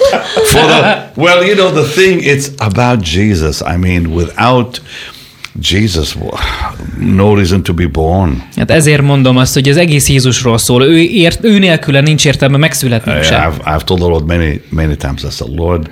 Well, you know, the thing, it's about Jesus. I mean, without Jesus, no reason to be born. Hát ezért mondom azt, hogy az egész Jézusról szól. Ő nélküle nincs értelme megszületnünk sem. I've told the Lord many times, I said, Lord,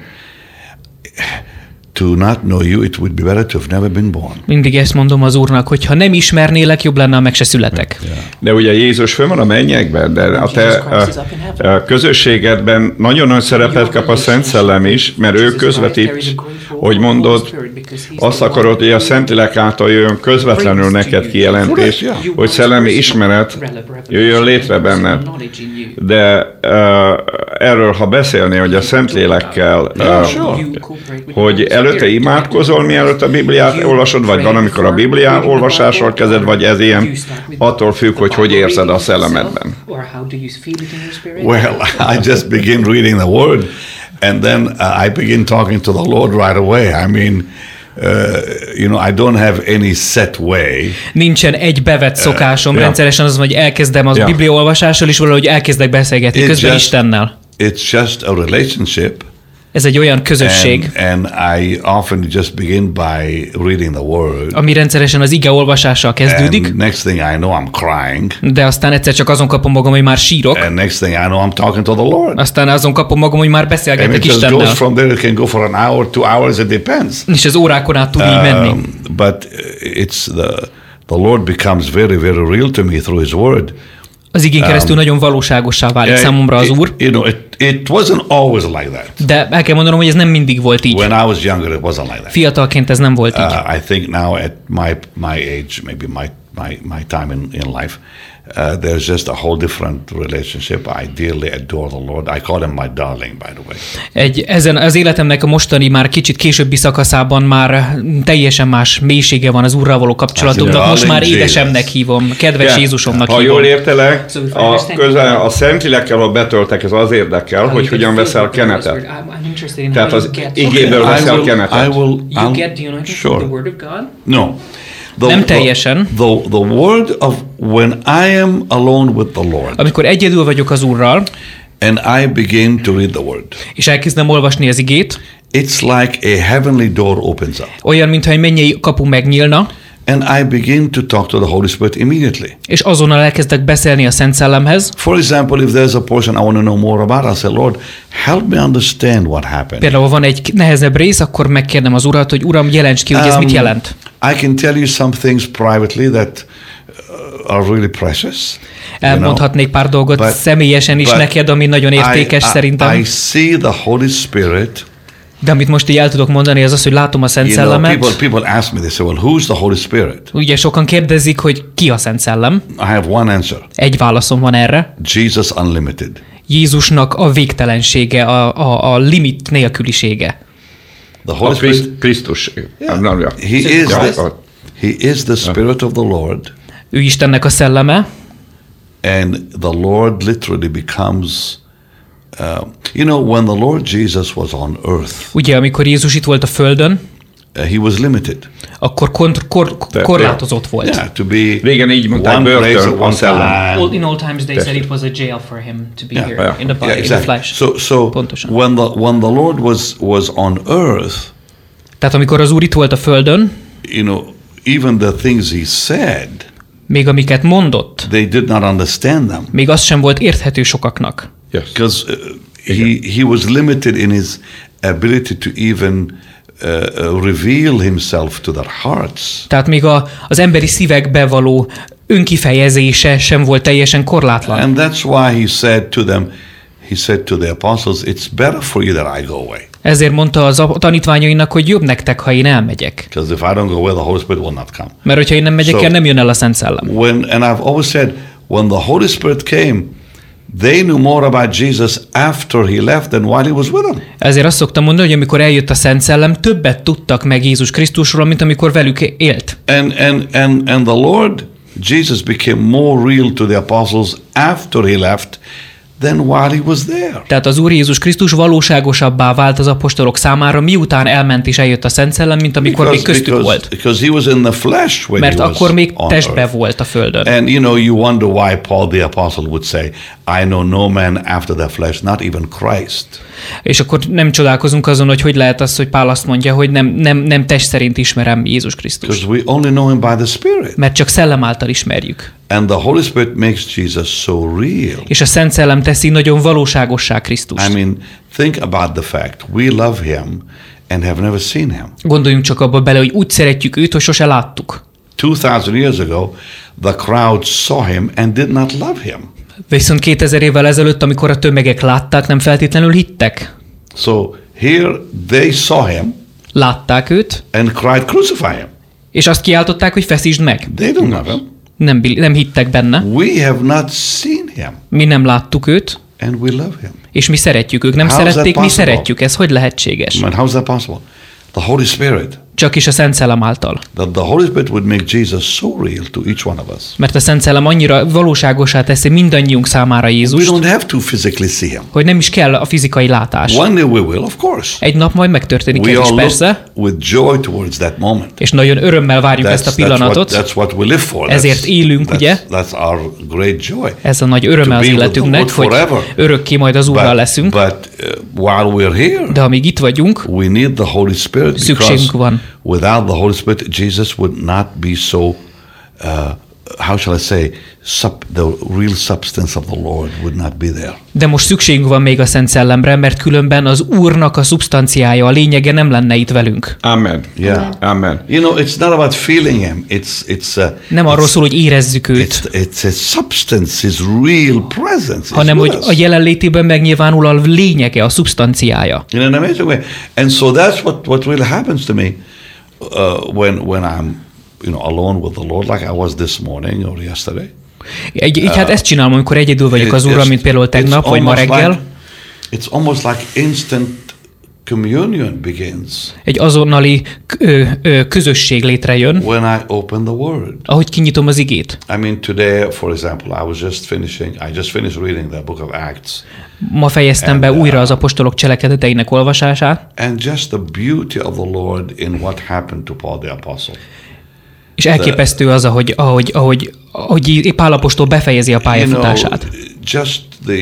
to not know you, it would be better to have never been born. Mindig ezt mondom az Úrnak, hogy ha nem ismernélek, jobb lenne, ha meg se születek. De ugye Jézus fönn van a mennyekben, de a te közösségedben nagyon nagy szerepet kap a Szent Szellem is, mert ő közvetít, hogy mondod, azt akarod, hogy a Szentlélek által jöjjön közvetlenül neked kijelentés, hogy szellemi ismeret jöjjön létre benned. De erről, ha beszélnél, hogy a Szentlélekkel, hogy előtte imádkozol, mielőtt a Bibliát olvasod, vagy van, amikor a Bibliá olvasásról kezded, vagy ez ilyen attól függ, hogy érzed a szellemedben. Well, I just begin reading the Word, and then I begin talking to the Lord right away. I mean, you know, I don't have any set way. Nincsen egy bevett szokásom, rendszeresen az, hogy elkezdem az Biblia olvasással, és valahogy elkezdek beszélgetni közben Istennel. It's just a relationship. Ez egy olyan közösség, And I often just begin by reading the Word. ami rendszeresen az ige olvasással kezdődik, And next thing I know, I'm crying. de aztán egyszer csak azon kapom magam, hogy már sírok, And next thing I know, I'm talking to the Lord. aztán azon kapom magam, hogy már And beszélgetek it just goes Istennel. from there. It can go for an hour, 2 hours. It depends. És az órákon át tud így menni. But it's the Lord becomes very, very real to me through His Word. Az igén keresztül nagyon valóságossá válik számomra az Úr, You know, it wasn't always like that. de el kell mondanom, hogy ez nem mindig volt így. When I was younger, it wasn't like that. Fiatalként ez nem volt így. I think now at my age, maybe my time in life, there's just a whole different relationship. I dearly adore the Lord. I call him my darling, by the way. Ezen az életemnek a mostani, már kicsit későbbi szakaszában már teljesen más mélysége van az Úrral való kapcsolatomnak. Most már édesemnek hívom, kedves Jézusomnak hívom. Ha jól értelek, a Szentlélekkel, ha betöltek, ez az érdekel, hogy hogyan veszel kenetet. Tehát az igéből veszel kenetet. Sure. No. Nem teljesen. The word of when I am alone with the Lord. Amikor egyedül vagyok az Úrral, and I begin to read the word. És elkezdem olvasni az igét. It's like a heavenly door opens up. Olyan, mintha egy mennyei kapu megnyílna. And I begin to talk to the Holy Spirit immediately. És azonnal elkezdek beszélni a Szent Szellemhez. For example, if there's a portion I want to know more about, I say, Lord, help me understand what happened. Például van egy nehezebb rész, akkor megkérdem az Urat, hogy Uram, jelentsd ki, hogy ez mit jelent. I can tell you some things privately that are really precious. Elmondhatnék pár dolgot személyesen is neked, ami nagyon értékes szerintem. I see the Holy Spirit. De amit most így el tudok mondani, az az, hogy látom a Szent Szellemet. People ask me, they say, well, who's the Holy Spirit? Ugye sokan kérdezik, hogy ki a Szent Szellem. I have one answer. Egy válaszom van erre. Jesus Unlimited. Jézusnak a végtelensége, a limit nélkülisége. The Holy Spirit. Krisztus. Yeah. He is the Spirit of the Lord. Ő Istennek a szelleme. And the Lord literally becomes when the Lord Jesus was on earth. Ugye, amikor Jézus itt volt a földön, he was limited. Akkor korlátozott volt. Yeah, to be régen így mondták, börtön, van szellem. In old times they said it was a jail for him to be here in the body, in the flesh. So when the Lord was on earth, tehát amikor az Úr itt volt a földön, even the things he said, még amiket mondott, they did not understand them. Még az sem volt érthető sokaknak. Because he was limited in his ability to even reveal himself to their hearts. Tehát még az emberi szívekbe való önkifejezése sem volt teljesen korlátlan. And that's why he said to the apostles, it's better for you that I go away. Ezért mondta az tanítványainak, hogy jobb nektek, ha én elmegyek. Because if I don't go away, the Holy Spirit will not come. Mert hogyha én nem megyek el, nem jön el a Szent Szellem. And I've always said, when the Holy Spirit came, they knew more about Jesus after he left than while he was with them. Ezért azt szoktam mondani, hogy amikor eljött a Szent Szellem, többet tudtak meg Jézus Krisztusról, mint amikor velük élt. And the Lord Jesus became more real to the apostles after he left than while he was there. Tehát az Úr Jézus Krisztus valóságosabbá vált az apostolok számára, miután elment és eljött a Szent Szellem, mint amikor még köztük volt. Because he was in the flesh when mert akkor még testbe volt a földön. And you wonder why Paul the apostle would say, I know no man after the flesh, not even Christ. És akkor nem csodálkozunk azon, hogy lehet az, hogy Pál azt mondja, hogy nem test szerint ismerem Jézus Krisztust. Because we only know him by the Spirit. Mert csak szellem által ismerjük. And the Holy Spirit makes Jesus so real. És a Szent Szellem teszi nagyon valóságossá Krisztust. I mean, think about the fact we love him and have never seen him. Gondoljunk csak abba bele, hogy úgy szeretjük őt, hogy sose láttuk. 2000 years ago, the crowd saw him and did not love him. Viszont 2000 évvel ezelőtt, amikor a tömegek látták, nem feltétlenül hittek. So here they saw him. Látták őt. And cried, crucify him. És azt kiáltották, hogy feszítsd meg. They don't love him. Nem hittek benne. We have not seen him. Mi nem láttuk őt. And we love him. És mi szeretjük, ők nem szerették, mi szeretjük. Ez hogy lehetséges? Man, how is that possible? The Holy Spirit. Csak is a Szent Szellem által. That the Holy Spirit would make Jesus so real to each one of us. Mert a Szent Szellem annyira valóságosá teszi mindannyiunk számára Jézust. We don't have to physically see him. Hogy nem is kell a fizikai látás. One day we will, of course. Egy nap majd megtörténik ez is, persze. With joy towards that moment. És nagyon örömmel várjuk ezt a pillanatot. That's what we live for. Ezért élünk, ugye? That's our great joy. Ez a nagy öröme az életünknek, hogy örökké majd az Úrral leszünk. But while we're here, de amíg itt vagyunk, we need the Holy Spirit. Szükségünk van. Without the Holy Spirit, Jesus would not be so, how shall I say, the real substance of the Lord would not be there. De most szükségünk van még a Szent Szellemre, mert különben az Úrnak a szubstanciája, a lényege nem lenne itt velünk. Amen. Yeah. Amen. It's not about feeling him. Nem arról szól, hogy érezzük őt. It's a substance, his real presence. Hanem, hogy a jelenlétében megnyilvánul a lényege, a szubstanciája. In an amazing way. And so that's what really happens to me when I'm alone with the Lord, like I was this morning or yesterday. Így hát ezt csinálom, amikor egyedül vagyok az Úrral, mint például tegnap, vagy ma reggel. It's almost like instant communion begins. Egy azonnali közösség létrejön. When I open the Word. Ahogy kinyitom az igét. I mean, today, for example, I just finished reading the book of Acts. Ma fejeztem be újra az apostolok cselekedeteinek olvasását. And just the beauty of the Lord in what happened to Paul the Apostle. És elképesztő az, ahogy Pál apostol befejezi a pályafutását. Just the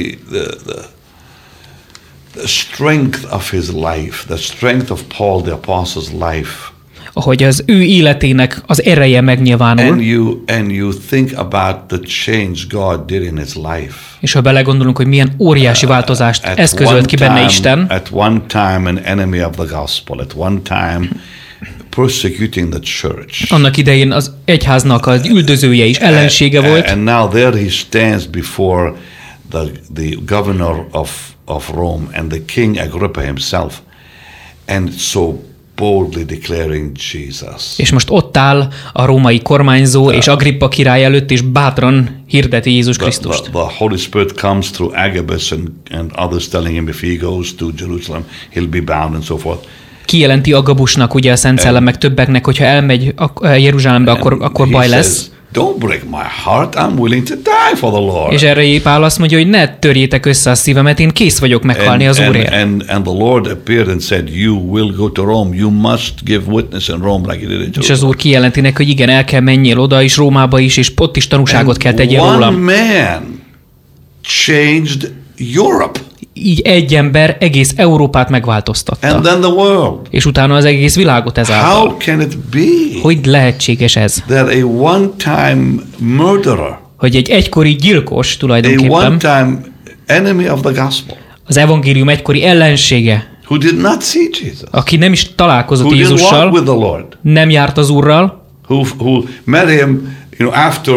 strength of his life, the strength of Paul the Apostle's life. Ahogy az ő életének az ereje megnyilvánul. And you think about the change God did in his life. És ha belegondolunk, hogy milyen óriási változást eszközölt ki benne Isten. At one time an enemy of the gospel, at one time persecuting the church. Annak idején az egyháznak az üldözője is, ellensége volt. And now there he stands before the governor of Rome and the King Agrippa himself, and so boldly declaring Jesus. És most ott áll a római kormányzó és Agrippa király előtt, és bátran hirdeti Jézus Krisztust. The Holy Spirit comes through Agabus and others telling him if he goes to Jerusalem, he'll be bound and so forth. Kijelenti Agabusnak, ugye a Szent Szellem, meg többeknek, hogyha elmegy Jeruzsálembe, akkor baj lesz. Don't break my heart, I'm willing to die for the Lord. És erre Pál azt mondja, hogy ne törjétek össze a szívemet, én kész vagyok meghalni az Úrért. And the Lord appeared and said, you will go to Rome, you must give witness in Rome like you did in Jerusalem. És az Úr kijelenti neki, hogy igen, el kell menjél oda is, Rómába is, és ott is tanúságot kell tegyél rólam. One man changed Europe. Így egy ember egész Európát megváltoztatta. And then the world. És utána az egész világot ezáltal. How can it be? Hogy lehetséges ez? That a one-time murderer, hogy egy egykori gyilkos a tulajdonképpen, one-time enemy of the gospel, az evangélium egykori ellensége, who did not see Jesus, aki nem is találkozott who didn't walk Jézussal, with the Lord, nem járt az Úrral, who met him, after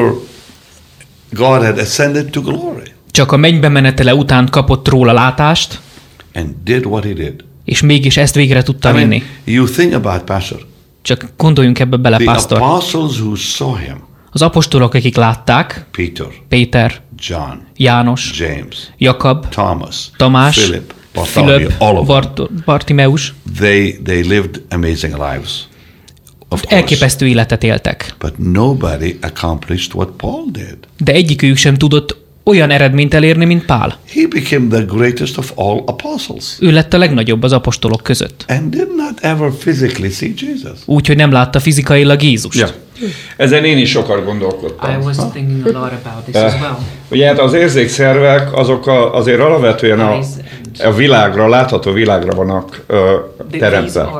God had ascended to glory, csak a mennybe menetele után kapott róla látást, and did what he did. és mégis ezt végre tudta vinni. You think about Pastor. Csak gondoljunk ebbe bele, The pásztor. apostles who saw him, Az apostolok, akik látták, Péter, John, János, James, Jakab, Thomas, Tamás, Philip, Bartholomew, all of them. Bartimeus, They lived amazing lives. Of course. elképesztő életet éltek. But nobody accomplished what Paul did. De egyikük sem tudott olyan eredményt elérni, mint Pál. He became the greatest of all apostles. Ő lett a legnagyobb az apostolok között. And did not ever physically see Jesus. Úgyhogy nem látta fizikailag Jézust. Ja. Ezen én is sokat gondolkodtam. I was thinking a lot about this as well. Ugye hát az érzékszervek azok azért alapvetően a világra, látható világra vannak teremtve.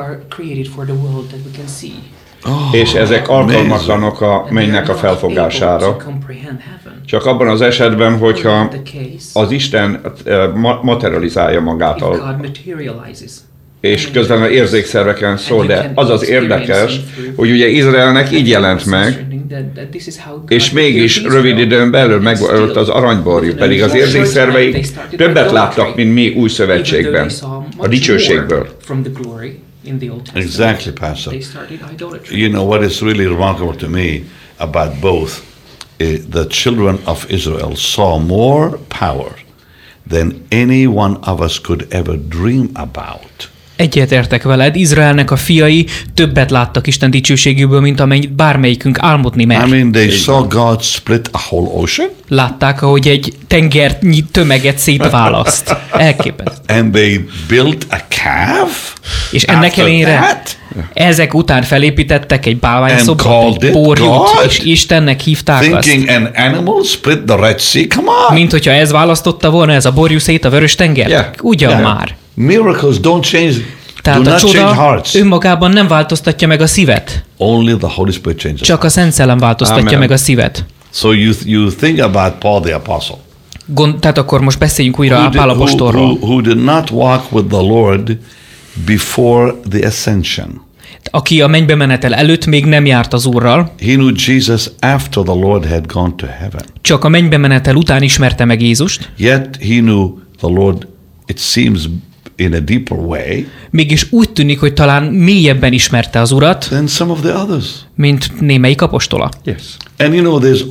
És ezek alkalmatlanok a mennynek a felfogására. Csak abban az esetben, hogyha az Isten materializálja magától, és közben az érzékszerveken szól, de az az érdekes, hogy ugye Izraelnek így jelent meg, és mégis rövid időn belül megölt az aranyborjú, pedig az érzékszervei többet láttak, mint mi új szövetségben, a dicsőségből. Exactly, Pastor. You know what is really remarkable to me about both? The children of Israel saw more power than any one of us could ever dream about. Egyetértek veled, Izraelnek a fiai többet láttak Isten dicsőségéből, mint amennyit bármelyikünk álmodni mer. I mean, they saw God split a whole ocean. Látták, ahogy egy tengernyi tömeget szétválaszt. Elképesztő. And they built a calf. És ennek ellenére ezek után felépítettek egy bálványszobát, egy borjút, és Istennek hívták azt. Thinking an animal split the Red Sea, come on. Mint hogyha ez választotta volna, ez a borjú szét a vörös tengert. Yeah. Ugyan már. Miracles don't change. Tehát do a not change csoda hearts. önmagában nem változtatja meg a szívet. Only the Holy Spirit changes. Csak a Szent Szellem változtatja Amen. meg a szívet. So you think about Paul the Apostle. Tehát akkor most beszéljünk újra a Pál apostolról. Who did not walk with the Lord before the ascension. Aki a mennybe menetel előtt még nem járt az Úrral. He knew Jesus after the Lord had gone to heaven. Csak a mennybe menetel után ismerte meg Jézust. Yet he knew the Lord, it seems, in a deeper way mégis úgy tűnik, hogy talán mélyebben ismerte az Urat, than some of the others. mint némelyik apostola. Yes. And you know, there's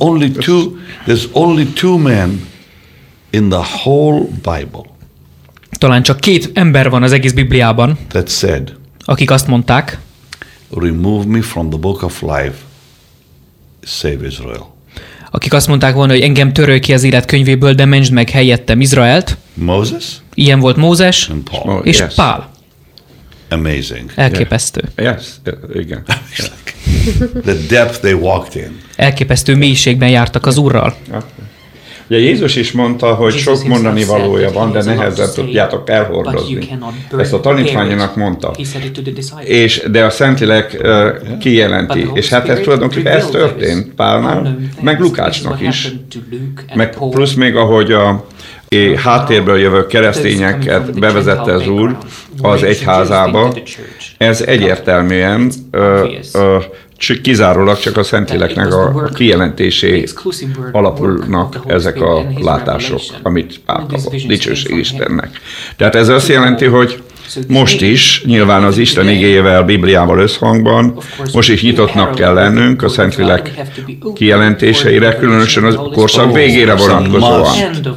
only two men in the whole Bible Talán csak 2 ember van az egész Bibliában, that said, akik azt mondták, remove me from the book of life, save Israel. akik azt mondták volna, hogy engem törölj ki az élet könyvéből, de mentsd meg helyettem Izraelt. Moses Ilyen volt Mózes and Paul. és Yes. Pál. Amazing. Elképesztő. Yes. Igen. The depth they walked in. Elképesztő mélységben jártak az Úrral. Ugye Jézus is mondta, hogy sok mondani valója van, de nehezen tudjátok elhordozni. Ezt a tanítványának mondta. De a Szentlélek kijelenti. És hát ez tulajdonképpen ez történt Pálnál, meg Lukácsnak is. Meg plusz még, ahogy a háttérből jövő keresztényeket bevezette az Úr az egyházába, ez egyértelműen kizárólag csak a Szentléleknek a kijelentésé alapulnak ezek a látások, amit Pál kapott. Dicsőség Istennek. Tehát ez azt jelenti, hogy most is, nyilván az Isten igéjével, Bibliával összhangban, most is nyitottnak kell lennünk a Szentlélek kijelentéseire, különösen a korszak végére vonatkozóan.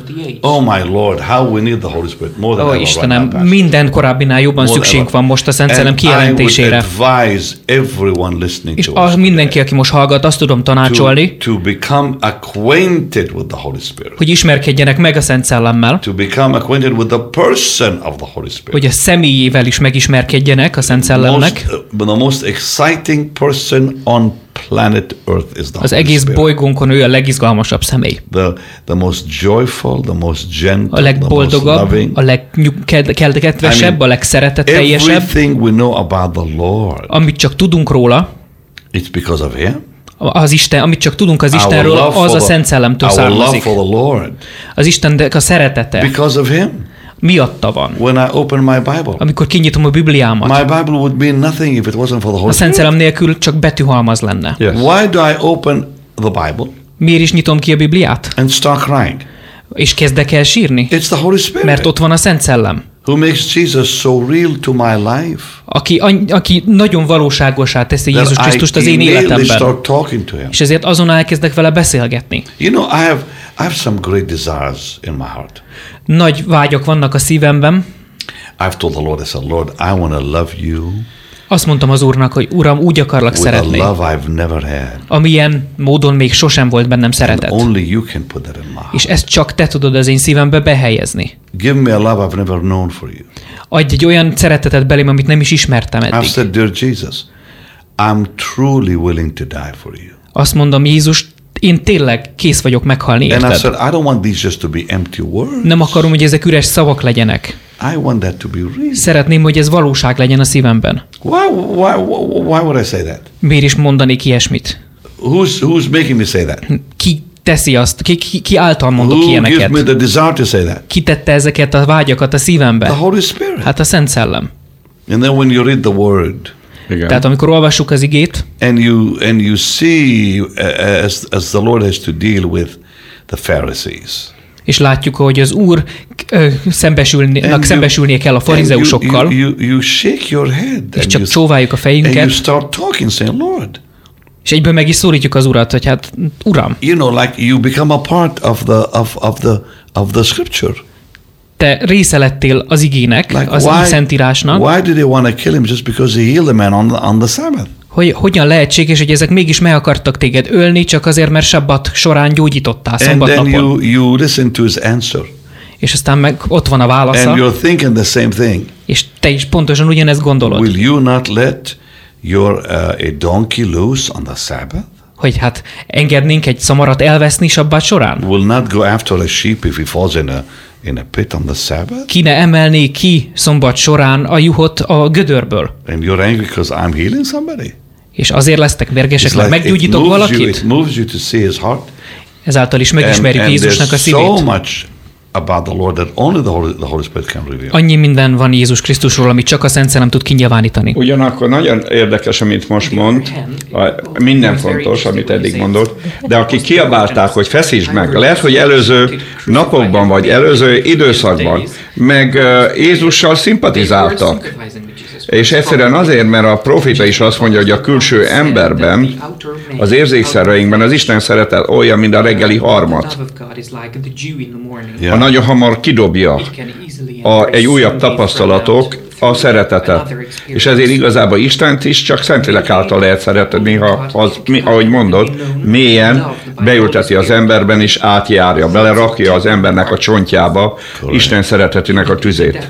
Oh my Lord, how we need the Holy Spirit more than Ó, ever Istenem, right now, Pastor. minden korábbinál jobban szükségünk van most a Szent Szellem And I would kijelentésére. advise everyone listening És to us mindenki, aki most hallgat, azt tudom tanácsolni, to become acquainted with the Holy Spirit. hogy ismerkedjenek meg a Szent Szellemmel, To become acquainted with the person of the Holy Spirit. hogy a személyével is megismerkedjenek a Szent Szellemnek. The most exciting person on planet Earth is the Az Holy egész Spirit. bolygónkon ő a legizgalmasabb személy. The most joyful, the most gentle, A the most legboldogabb, loving. a legkedvesebb, a legszeretetteljesebb. Everything we know about the Lord, Amit csak tudunk róla, it's because of Him. az Isten, amit csak tudunk az Our Istenről, love az for a the- Szent Szellemtől our love származik. for the Lord, Az Istennek a szeretete because of Him. miatta van. When I open my Bible, Amikor kinyitom a Bibliámat, my Bible would mean nothing if it wasn't for the a Holy Szent Spirit. Szellem nélkül csak betűhalmaz lenne. Yes. Why do I open the Bible Miért is nyitom ki a Bibliát? and start crying? És kezdek el sírni? It's the Holy Spirit Mert ott van a Szent Szellem, who makes Jesus so real to my life aki nagyon valóságosá teszi Jézus that Krisztust az I én immediately életemben. start talking to Him. És ezért azonnal elkezdek vele beszélgetni. You know, I have some great desires in my heart. Nagy vágyak vannak a szívemben. I've told the Lord, I said, Lord, I want to love you Azt mondtam az Úrnak, hogy Uram, úgy akarlak with szeretni, a love I've never had. amilyen módon még sosem volt bennem And szeretet. only you can put that in my heart. És ezt csak te tudod az én szívembe behelyezni. Give me a love I've never known for you. Adj egy olyan szeretetet belém, amit nem is ismertem I've eddig. said, dear Jesus, I'm truly willing to die for you. Azt mondom, Jézus, én tényleg kész vagyok meghalni And I érted. said, I don't want these just to be empty words. Nem akarom, hogy ezek üres szavak legyenek. I want that to be real. Szeretném, hogy ez valóság legyen a szívemben. Why would I say that? Miért is mondanék ilyesmit? Who's making me say that? Ki teszi azt? Ki által mondok Who gives ilyeneket? me the desire to say that? Ki tette ezeket a vágyakat a The szívembe? Holy Spirit. Hát a Szent Szellem. And then when you read the Word, Igen. Tehát amikor olvassuk az igét, and you see as the Lord has to deal with the Pharisees. és látjuk, hogy az Úr szembesülnie kell a farizeusokkal, You shake your head és and csak csóváljuk a and you fejünket, start talking, saying, Lord, és egyből meg is szólítjuk az Urat, hogy hát Uram, you know, like you become a part of the Scripture. te része lettél az igének, Like az Szentírásnak, why did they want to kill him just because he healed a man on the Sabbath? hogy hogyan lehetséges, hogy ezek mégis meg akartak téged ölni, csak azért, mert sabbat során gyógyítottál, And then szombatnapon. you listen to his answer, És aztán meg ott van a válasza, and you're thinking the same thing. és te is pontosan ugyanezt gondolod, Will you not let your a donkey loose on the Sabbath? hogy hát engednénk egy szamarat elveszni sabbat során? Will not go after a sheep if he falls in a pit on the Sabbath? Ki ne emelné ki szombat során a juhot a gödörből? And you're angry because I'm healing somebody? És azért lesztek mérgesek, mert meggyógyítok it valakit? moves you to see his heart. Ezáltal is megismerjük And Jézusnak a there's szívét. so much about the Lord that only the Holy Spirit can reveal. Annyi minden van Jézus Krisztusról, amit csak a Szent Szellem tud kinyilvánítani. Ugyanakkor nagyon érdekes, amit most mond, minden fontos, amit eddig mondott, de akik kiabálták, hogy feszítsd meg, lehet, hogy előző napokban, vagy előző időszakban, meg Jézussal szimpatizáltak. És egyszerűen azért, mert a proféta is azt mondja, hogy a külső emberben, az érzékszerveinkben az Isten szeretet olyan, mint a reggeli harmat. Ha nagyon hamar kidobja egy újabb tapasztalatok a szeretetet. És ezért igazából Istent is csak Szentlélek által lehet szeretni, ha az, ahogy mondod, mélyen beülteti az emberben és átjárja, belerakja az embernek a csontjába Isten szeretetének a tüzét.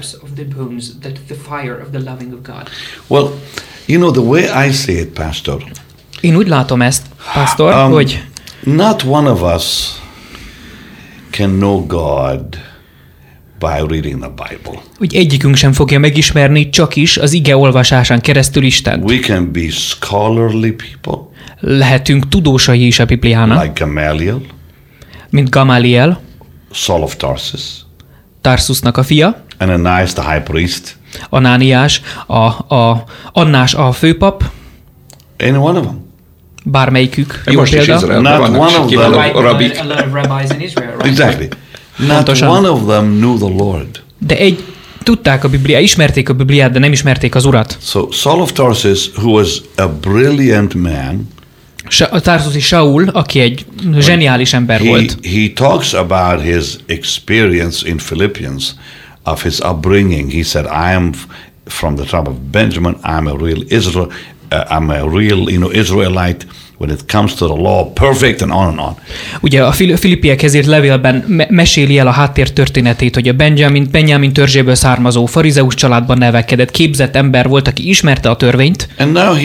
Well, you know, the way I see it, Pastor. Én úgy látom ezt, Pastor, hogy not one of us can know God by reading the Bible. Hogy egyikünk sem fogja megismerni csak is az ige olvasásán keresztül Istent. We can be scholarly people. Lehetünk tudósai is a Bibliának. Like Gamaliel. Mint Gamaliel. Saul of Tarsus. Tarsusnak a fia. Ananias the high priest. Anániás, Annás a főpap. Any one of them. Bármelyikük. Jó most példa. Is Izraelben Not one of them. Exactly. Not Pontosan. one of them knew the Lord. De tudták a Bibliát, ismerték a Bibliát, de nem ismerték az Urat. So Saul of Tarsus, who was a brilliant man, A tarsusi Saul, aki egy zseniális ember volt. he talks about his experience in Philippians of his upbringing. He said, I am from the tribe of Benjamin. I'm a real Israelite when it comes to the law, perfect, and on. Ugye a Filippiekhez írt levélben meséli el a háttér történetét, hogy a Benjamin törzséből származó farizeus családban nevelkedett, képzett ember volt, aki ismerte a törvényt. And now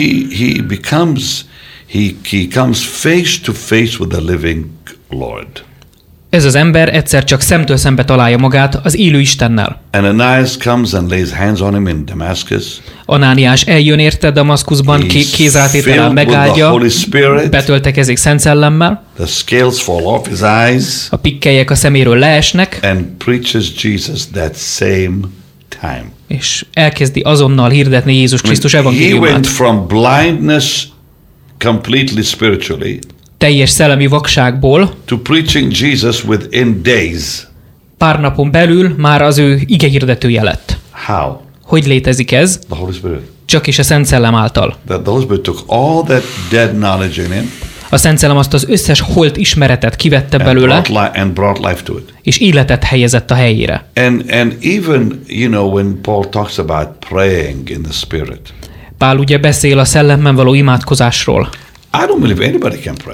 he comes face to face with the living Lord. Ez az ember egyszer csak szemtől szembe találja magát az élő Istennel. Ananias comes and lays hands on him in Damascus. Anániás eljön érte Damaszkuszban, kézrátétellel megáldja, betöltekezik Szent Szellemmel. The scales fall off his eyes. A pikkelyek a szeméről leesnek. And preaches Jesus that same time. És elkezdi azonnal hirdetni Jézus Krisztus He evangéliumát. went from blindness completely spiritually teljes szellemi vakságból to preaching Jesus within days. Pár napon belül már az ő igehirdetője lett. How? Hogy létezik ez? The Holy Spirit. Csak is a Szent Szellem által. That the Holy Spirit took all that dead knowledge in him. A Szent Szellem azt az összes holt ismeretet kivette belőle, and brought life to it. És életet helyezett a helyére. And even, when Paul talks about praying in the Spirit. Pál ugye beszél a szellemben való imádkozásról. I don't believe anybody can pray.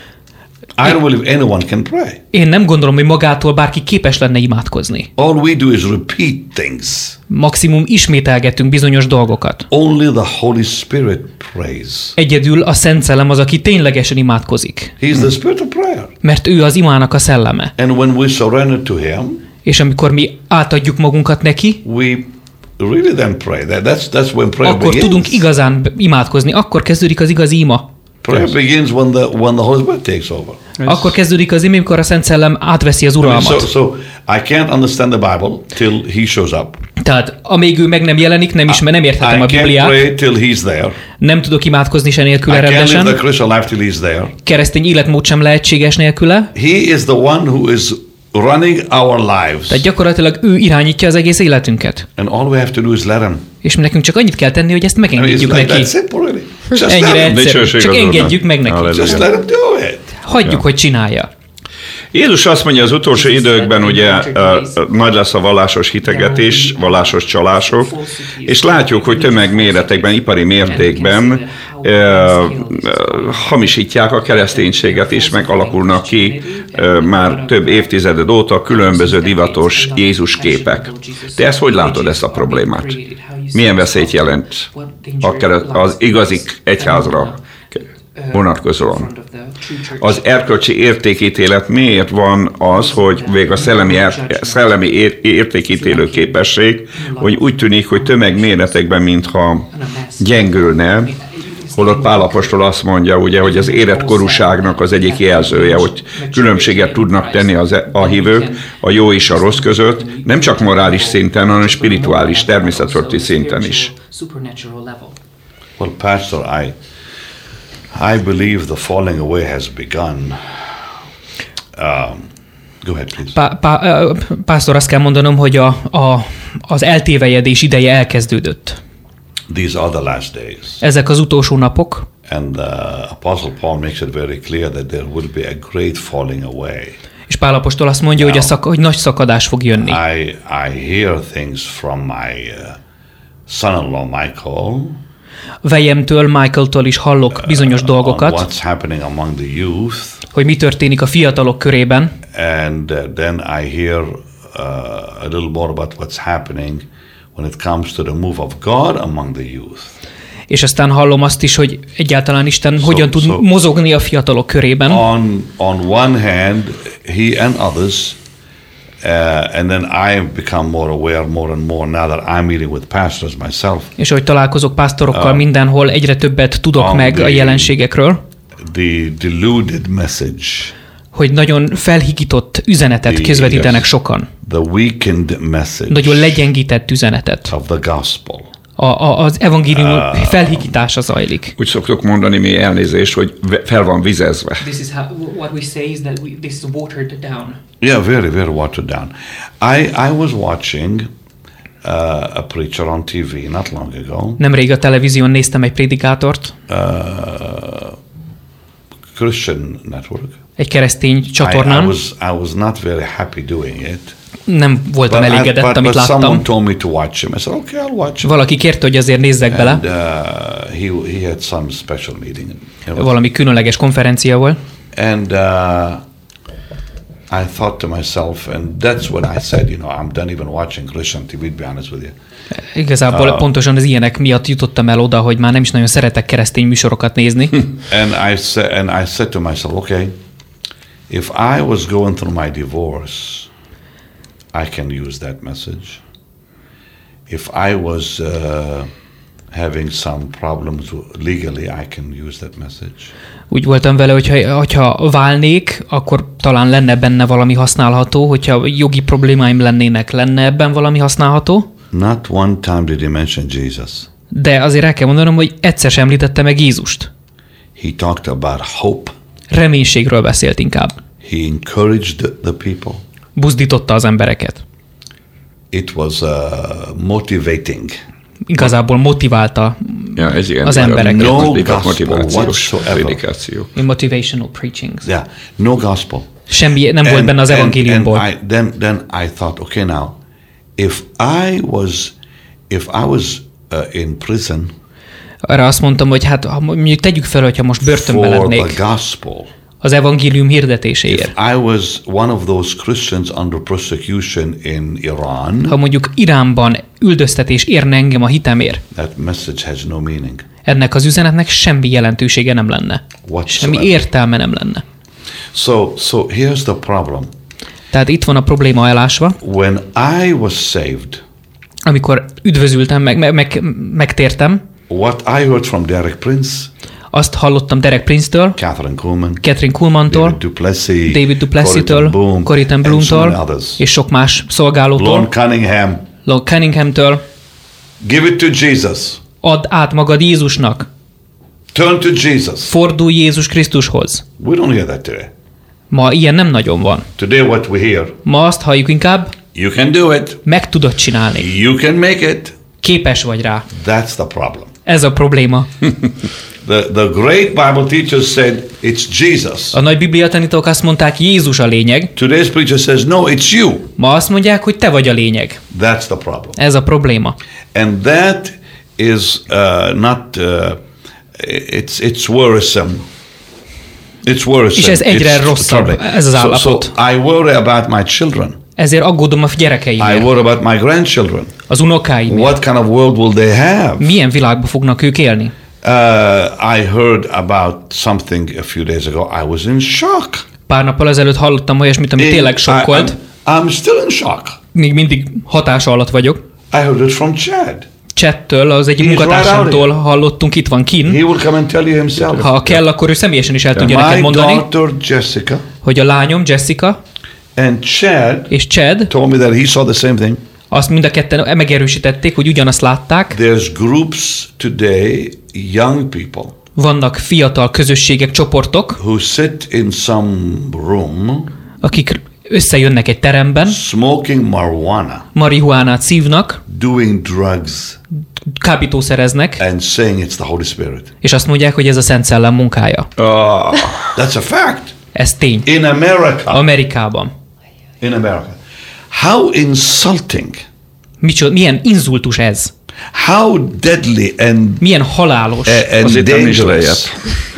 I don't believe anyone can pray. Én nem gondolom, hogy magától bárki képes lenne imádkozni. All we do is repeat things. Maximum ismételgetünk bizonyos dolgokat. Only the Holy Spirit prays. Egyedül a Szent Szellem az, aki ténylegesen imádkozik. He's the Spirit of prayer. Mert ő az imának a szelleme. And when we surrender to him, és amikor mi átadjuk magunkat neki, we really then pray. That's when prayer akkor begins. tudunk igazán imádkozni, akkor kezdődik az igazi ima. Prayer begins when the Holy Spirit takes over. Akkor kezdődik az ima, amikor a Szent Szellem átveszi az uralmat. So I can't understand the Bible till he shows up. Tehát amíg ő meg nem jelenik, nem érthetem a Bibliát. I can't pray till he's there. Nem tudok imádkozni se nélküle rendesen. I can't live the Christian life till he's there. Keresztény életmód sem lehetséges nélküle. He is the one who is running our lives. Tehát gyakorlatilag ő irányítja az egész életünket. And all we have to do is let him. És nekünk csak annyit kell tenni, hogy ezt megengedjük neki. Ennyire egyszerű. Csak engedjük meg neki. Just let him do it. Hagyjuk, hogy csinálja. Jézus azt mondja, az utolsó időkben ugye nagy lesz a vallásos hitegetés, vallásos csalások, és látjuk, hogy tömegméretekben, ipari mértékben hamisítják a kereszténységet, és megalakulnak ki már több évtized óta különböző divatos Jézus képek. Te ezt hogy látod, ezt a problémát? Milyen veszélyt jelent az igazi egyházra vonatkozóan? Az erkölcsi értékítélet miért van az, hogy még a szellemi értékítélő képesség, hogy úgy tűnik, hogy tömegméretekben mintha gyengülne, Holott Pál apostol azt mondja, ugye, hogy az életkorúságnak az egyik jelzője, hogy különbséget tudnak tenni a hívők a jó és a rossz között, nem csak morális szinten, hanem spirituális, természetföldi szinten is. Well, Pastor, I believe the falling away has begun. Go ahead, please. Pásztor, azt kell mondanom, hogy az eltévejedés ideje elkezdődött. These are the last days. Ezek az utolsó napok. And Apostle Paul makes it very clear that there will be a great falling away. És Pál apostol azt mondja, hogy nagy szakadás fog jönni. I hear things from my son-in-law Michael. Vejemtől, Michaeltól is hallok bizonyos dolgokat. What's happening among the youth. Hogy mi történik a fiatalok körében. And then I hear a little more about what's happening when it comes to the move of God among the youth. És aztán hallom azt is, hogy egyáltalán Isten hogyan tud mozogni a fiatalok körében. On one hand, he and others, and then I become more aware more and more now that I'm meeting with pastors myself. És ahogy találkozok pásztorokkal mindenhol, egyre többet tudok meg a jelenségekről. The deluded message. Hogy nagyon felhigított üzenetet közvetítenek sokan. The weakened message. Nagyon legyengített üzenetet. Of the gospel. Az evangélium felhigítása zajlik. Úgy szoktuk mondani, mi elnézést, hogy fel van vizezve. This is what we say is that this is watered down. Yeah, very, very watered down. I was watching a preacher on TV not long ago. Nemrég a televízión néztem egy prédikátort. Christian network. Egy keresztény csatornán. I was not very happy doing it. Nem voltam elégedett, amit láttam. Someone told me to watch him. I said, okay, I'll watch him. Valaki kérte, hogy azért nézzek bele. And, he had some special meeting. Valami különleges konferencia volt. And I thought to myself, and that's when I said, I'm done even watching Christian TV, to be honest with you. Igazából pontosan az ilyenek miatt jutottam el oda, hogy már nem is nagyon szeretek keresztény műsorokat nézni. And I said to myself, okay, if I was going through my divorce, I can use that message. If I was having some problems legally, I can use that message. Úgy voltam vele, hogyha válnék, akkor talán lenne benne valami használható, hogyha jogi problémáim lennének, lenne ebben valami használható. Not one time did he mention Jesus. De azért el kell mondanom, hogy egyszer sem említette meg Jézust. He talked about hope. Reménységről beszélt inkább. He encouraged the people. Buzdította az embereket. It was motivating. Igazából motiválta az embereket. No gospel whatsoever. Motivational preachings. Yeah, no gospel. Semmi nem volt benne az evangéliumból. Then I thought, okay, now, if I was in prison. Arra azt mondtam, hogy hát mondjuk tegyük fel, hogyha most börtönben lennék. Az evangélium hirdetéséért. If I was one of those Christians under persecution in Iran, ha mondjuk Iránban üldöztetés érne engem a hitemért, that message has no meaning. Ennek az üzenetnek semmi jelentősége nem lenne. Semmi értelme nem lenne. So here's the problem. Tehát itt van a probléma elásva. When I was saved, amikor üdvözültem, megtértem, what I heard from Derek Prince, azt hallottam Derek Prince-től, Catherine Kuhlman-tól, David Duplessis-től, Corrie ten Boom-tól, és sok más szolgálótól, Lon Cunningham-től. Give it to Jesus. Add át magad Jézusnak. Turn to Jesus. Fordulj Jézus Krisztushoz. We don't hear that today. Ma ilyen nem nagyon van. Today what we hear. Ma azt halljuk inkább. You can do it. Meg tudod csinálni. You can make it. Képes vagy rá. That's the problem. Ez a probléma. The great Bible teachers said it's Jesus. A nagy bibliatanítók azt mondták, Jézus a lényeg. Today's preacher says no, it's you. Ma azt mondják, hogy te vagy a lényeg. That's the problem. Ez a probléma. And that is it's worrisome. It's worrisome. És ez egyre rosszabb, ez az állapot. So I worry about my children. Ezért aggódom a gyerekeimért. I worry about my grandchildren. Az unokáimért. What kind of world will they have? Milyen világban fognak ők élni? I heard about something a few days ago. I was in shock. Pár nappal ezelőtt hallottam olyasmit, ami tényleg sokkolt. I'm still in shock. Még mindig hatása alatt vagyok. I heard it from Chad. Csettől, az egyik munkatársamtól hallottunk, itt van kin. He will come and tell you himself. Ha kell, akkor ő személyesen is el tudja neked mondani, My daughter Jessica hogy a lányom Jessica and Chad és Chad told me that he saw the same thing. azt mind a ketten megerősítették, hogy ugyanazt látták. There's groups today, young people, Vannak fiatal közösségek, csoportok, who sit in some room akik összejönnek egy teremben, smoking marijuana, marihuánát szívnak, doing drugs, kábítószereznek, and saying it's the Holy Spirit. és azt mondják, hogy ez a Szent Szellem munkája. That's a fact. Ez tény. In America. Amerikában. In America. How insulting. Milyen inzultus ez? How deadly and Milyen halálos. and Azért nem is dangerous. lejjebb.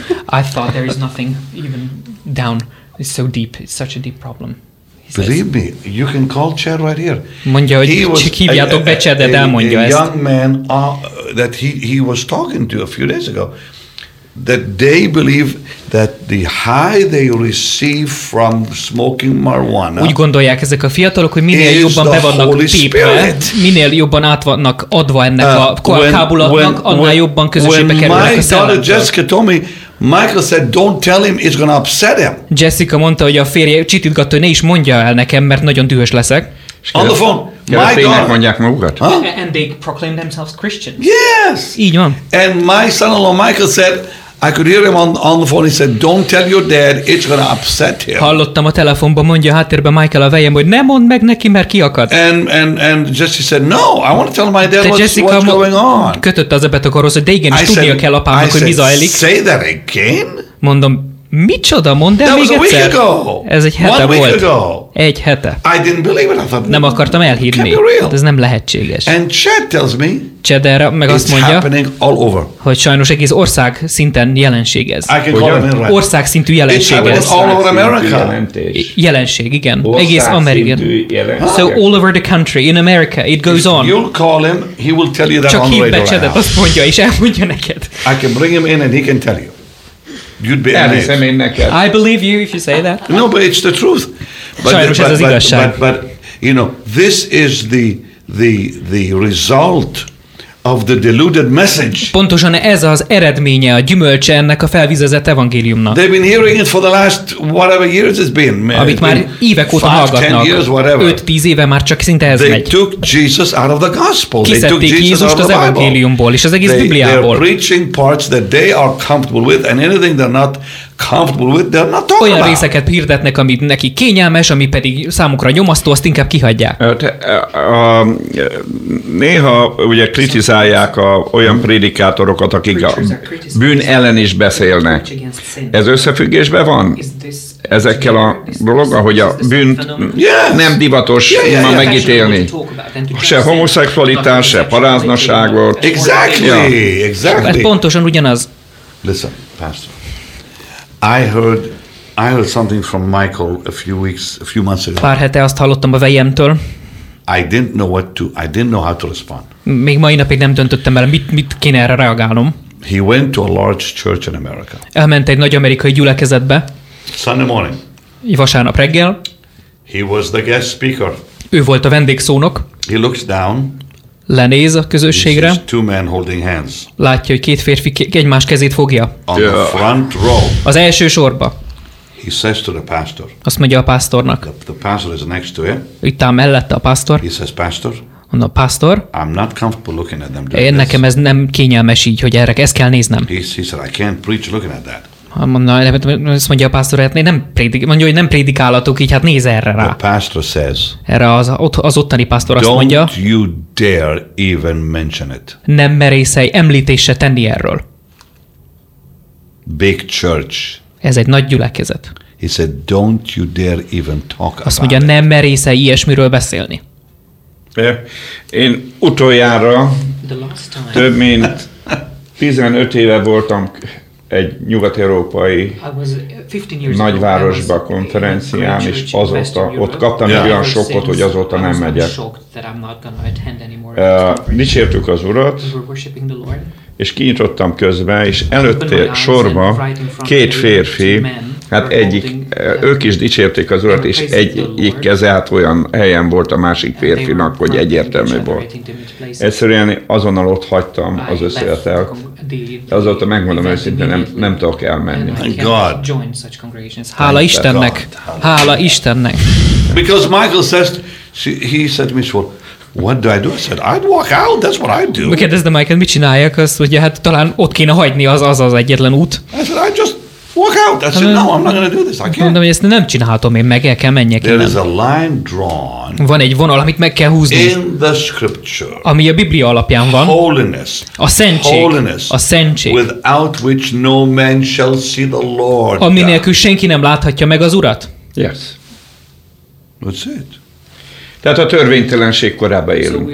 I thought there is nothing even down. It's so deep. It's such a deep problem. He says. Believe me, you can call Chad right here. Mondja, hogy He was csak hívjátok be Chadet, elmondja a ezt. young man that he was talking to a few days ago, that they believe that the high they receive from smoking marijuana Úgy gondolják ezek a fiatalok, hogy minél is jobban the be vannak Holy tépve, Spirit. minél jobban át vannak adva ennek a kábulatnak, annál jobban közösségbe kerülnek a my daughter szellemtől. Jessica told me, Michael said, don't tell him, it's going to upset him. Jessica mondta, hogy a férje csitítgatta, hogy ne is mondja el nekem, mert nagyon dühös leszek. On the phone, my Kereszténynek daughter. mondják magukat? Huh? And they proclaim themselves Christians. Yes. Így van. And my son-in-law Michael said, I could hear him on the phone. He said, don't tell your dad, it's going to upset him. Hallottam a telefonban, mondja a háttérben Michael a vejem, hogy ne mondd meg neki, mert kiakad. And Jesse said, no, I want to tell my dad De what's Jessica going on. kötötte az ebet a karhoz, hogy de igenis tudnia kell apámnak, hogy mi zajlik. say that again? Mondom, micsoda, mondd el That még was a week egyszer. ago. Ez egy hete 1 week volt. ago. Egy hete. I didn't believe it. I thought, Nem akartam can't elhívni. be real. Ez nem lehetséges. And Chad tells me, Chad erre meg azt it's mondja, happening all over. hogy sajnos egész ország szinten jelenség ez. I can call him in right. Ország szintű It's jelenség happening ez. all over America. Jelentés. Jelenség, igen. Ország Egész Amerikán. szintű jelenség. So all over the country, in America, it goes on. You'll call him, he will tell you that Csak on hívd radio be right Chadet, now. azt mondja, és elmondja neked. I can bring him in and he can tell you. You'd be Elhiszem amazed. én neked. I believe you if you say that. No, but it's the truth. Sajnos ez az igazság. But you know, this is the result of the deluded message. Pontosan ez az eredménye, a gyümölcse ennek a felvizezett evangéliumnak, They've been hearing it for the last whatever years it's been. amit már évek óta 5, 10 hallgatnak. years, whatever. 5-10 éve már csak szinte ez They megy. took Jesus out of the gospel. They took Kiszedték Jesus Jézust out of az the Bible. evangéliumból és az egész They're Bibliából. preaching parts that they are comfortable with, and anything they're not comfortable with, they're not talking Olyan about. részeket hirdetnek, amit neki kényelmes, ami pedig számukra nyomasztó, azt inkább kihagyják. Néha ugye kritizálják olyan prédikátorokat, akik a bűn ellen is beszélnek. Ez összefüggésben van ezekkel a dologgal, hogy a bűnt nem divatos ma megítélni. Se homoszexualitás, se paráznaságot. Exactly, Ja. Ez exactly. pontosan ugyanaz. Listen, Pastor. I heard something from Michael a few months ago. Pár hete azt hallottam a vejemtől, I didn't know how to respond. még mai napig nem döntöttem el, mit kéne erre reagálnom. He went to a large church in America. Elment egy nagy amerikai gyülekezetbe, Sunday morning. vasárnap reggel, He was the guest speaker. ő volt a vendégszónok, He looks down. lenéz a He közösségre, sees 2 men holding hands látja, hogy két férfi egymás kezét fogja. on the front row. Az első sorba He says to the pastor. azt mondja a pásztornak, The pastor is next to him. itt áll mellette a pásztor, He says, Pastor, mondja, pásztor, I'm not comfortable looking at them doing én this. nekem ez nem kényelmes így, hogy erre ezt kell néznem. He said, I can't preach looking at that. Mondja, azt mondja a pásztor, hát mondja, hogy nem prédikálatok, így hát néz erre The rá. pastor says, Erre az ottani pásztor azt mondja, don't you dare even mention it. nem merészelj említésre tenni erről. Big church. Ez egy nagy gyülekezet. He said, don't you dare even talk Azt about mondja, it. nem merészelj ilyesmiről beszélni. Én utoljára több mint 15 éve voltam egy nyugat-európai nagyvárosba konferencián, és azóta ott kaptam egy olyan sokkot, hogy azóta nem megyek. Dicsértük az Urat, és kinyitottam közben, és előtte sorba 2 férfi Hát ők is dicsérték az Urat, és egyik keze hát olyan helyen volt a másik férfinak, hogy egyértelmű volt. Egyszerűen azonnal ott hagytam az összejövetel. Azóta megmondom őszintén, nem tudok elmenni. Hála Istennek! Hála Istennek! Because Michael says, he said to me, well, what do I do? I said, I'd walk out, that's what I do. Kérdezte Michael, mit csináljak? Azt mondja, hát talán ott kéne hagyni, az egyetlen út. I said, I just walk out. I said, no, I'm not going to do this. I can't. Mondom, hogy ezt nem csinálhatom én meg, el kell menjek There innen. is a line drawn Van egy vonal, amit meg kell húzni, in the scripture. ami a Biblia alapján van. Holiness. A szentség. Holiness. A szentség. Without which no man shall see the Lord. Ami nélkül senki nem láthatja meg az Urat. Yes. That's it. Tehát a törvénytelenség korában élünk.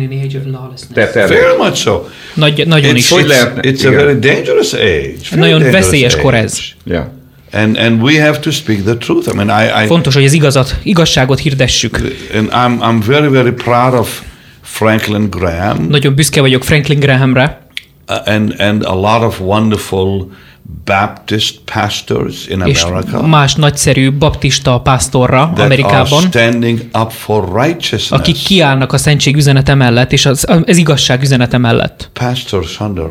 Very much so. Nagyon is. It's a very dangerous age. Nagyon veszélyes kor ez. Yeah. And we have to speak the truth. I mean, Fontos, hogy az igazságot hirdessük. And I'm very, very proud of Franklin Graham. Nagyon büszke vagyok Franklin Grahamre. And a lot of wonderful Baptist pastors in America. És más nagyszerű baptista pásztorra Amerikában, are standing up for righteousness. akik kiállnak a szentség üzenete mellett, és az igazság üzenete mellett. Pastor Sander,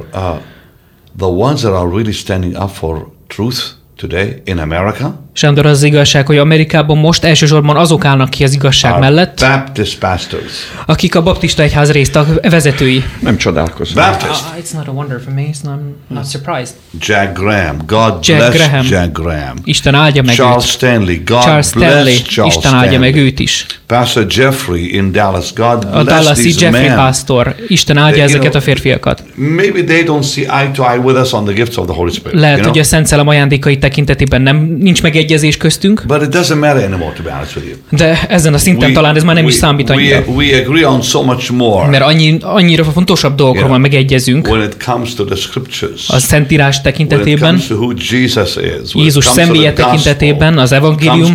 the ones that are really standing up for truth today in America, Sándor, az igazság, hogy Amerikában most elsősorban azok állnak ki az igazság mellett, Baptist pastors, akik a baptista egyház részt vezetői. Nem csodálkozom. Baptist. It's not a wonder for me, so I'm not surprised. Jack Graham, God bless Jack Graham. Isten áldja meg Charles őt. Stanley, God Charles bless Stanley, Charles Isten áldja Stanley. meg őt is. Pastor Jeffrey in Dallas, God A bless Dallasi these Jeffrey men. pásztor, Isten áldja ezeket a férfiakat. Maybe they don't see eye to eye with us on the gifts of the Holy Spirit. Lehet, hogy a Szent Szellem ajándékai tekintetében nincs megegyezés köztünk, but it doesn't matter anymore, to be honest with you. de ezen a szinten talán ez már nem is számít annyira. We agree on so much more. Mert annyira fontosabb dolgokról már megegyezünk. When it comes to the scriptures. A Szentírás tekintetében, when it comes to who Jesus is. Jézus személye tekintetében, az evangélium,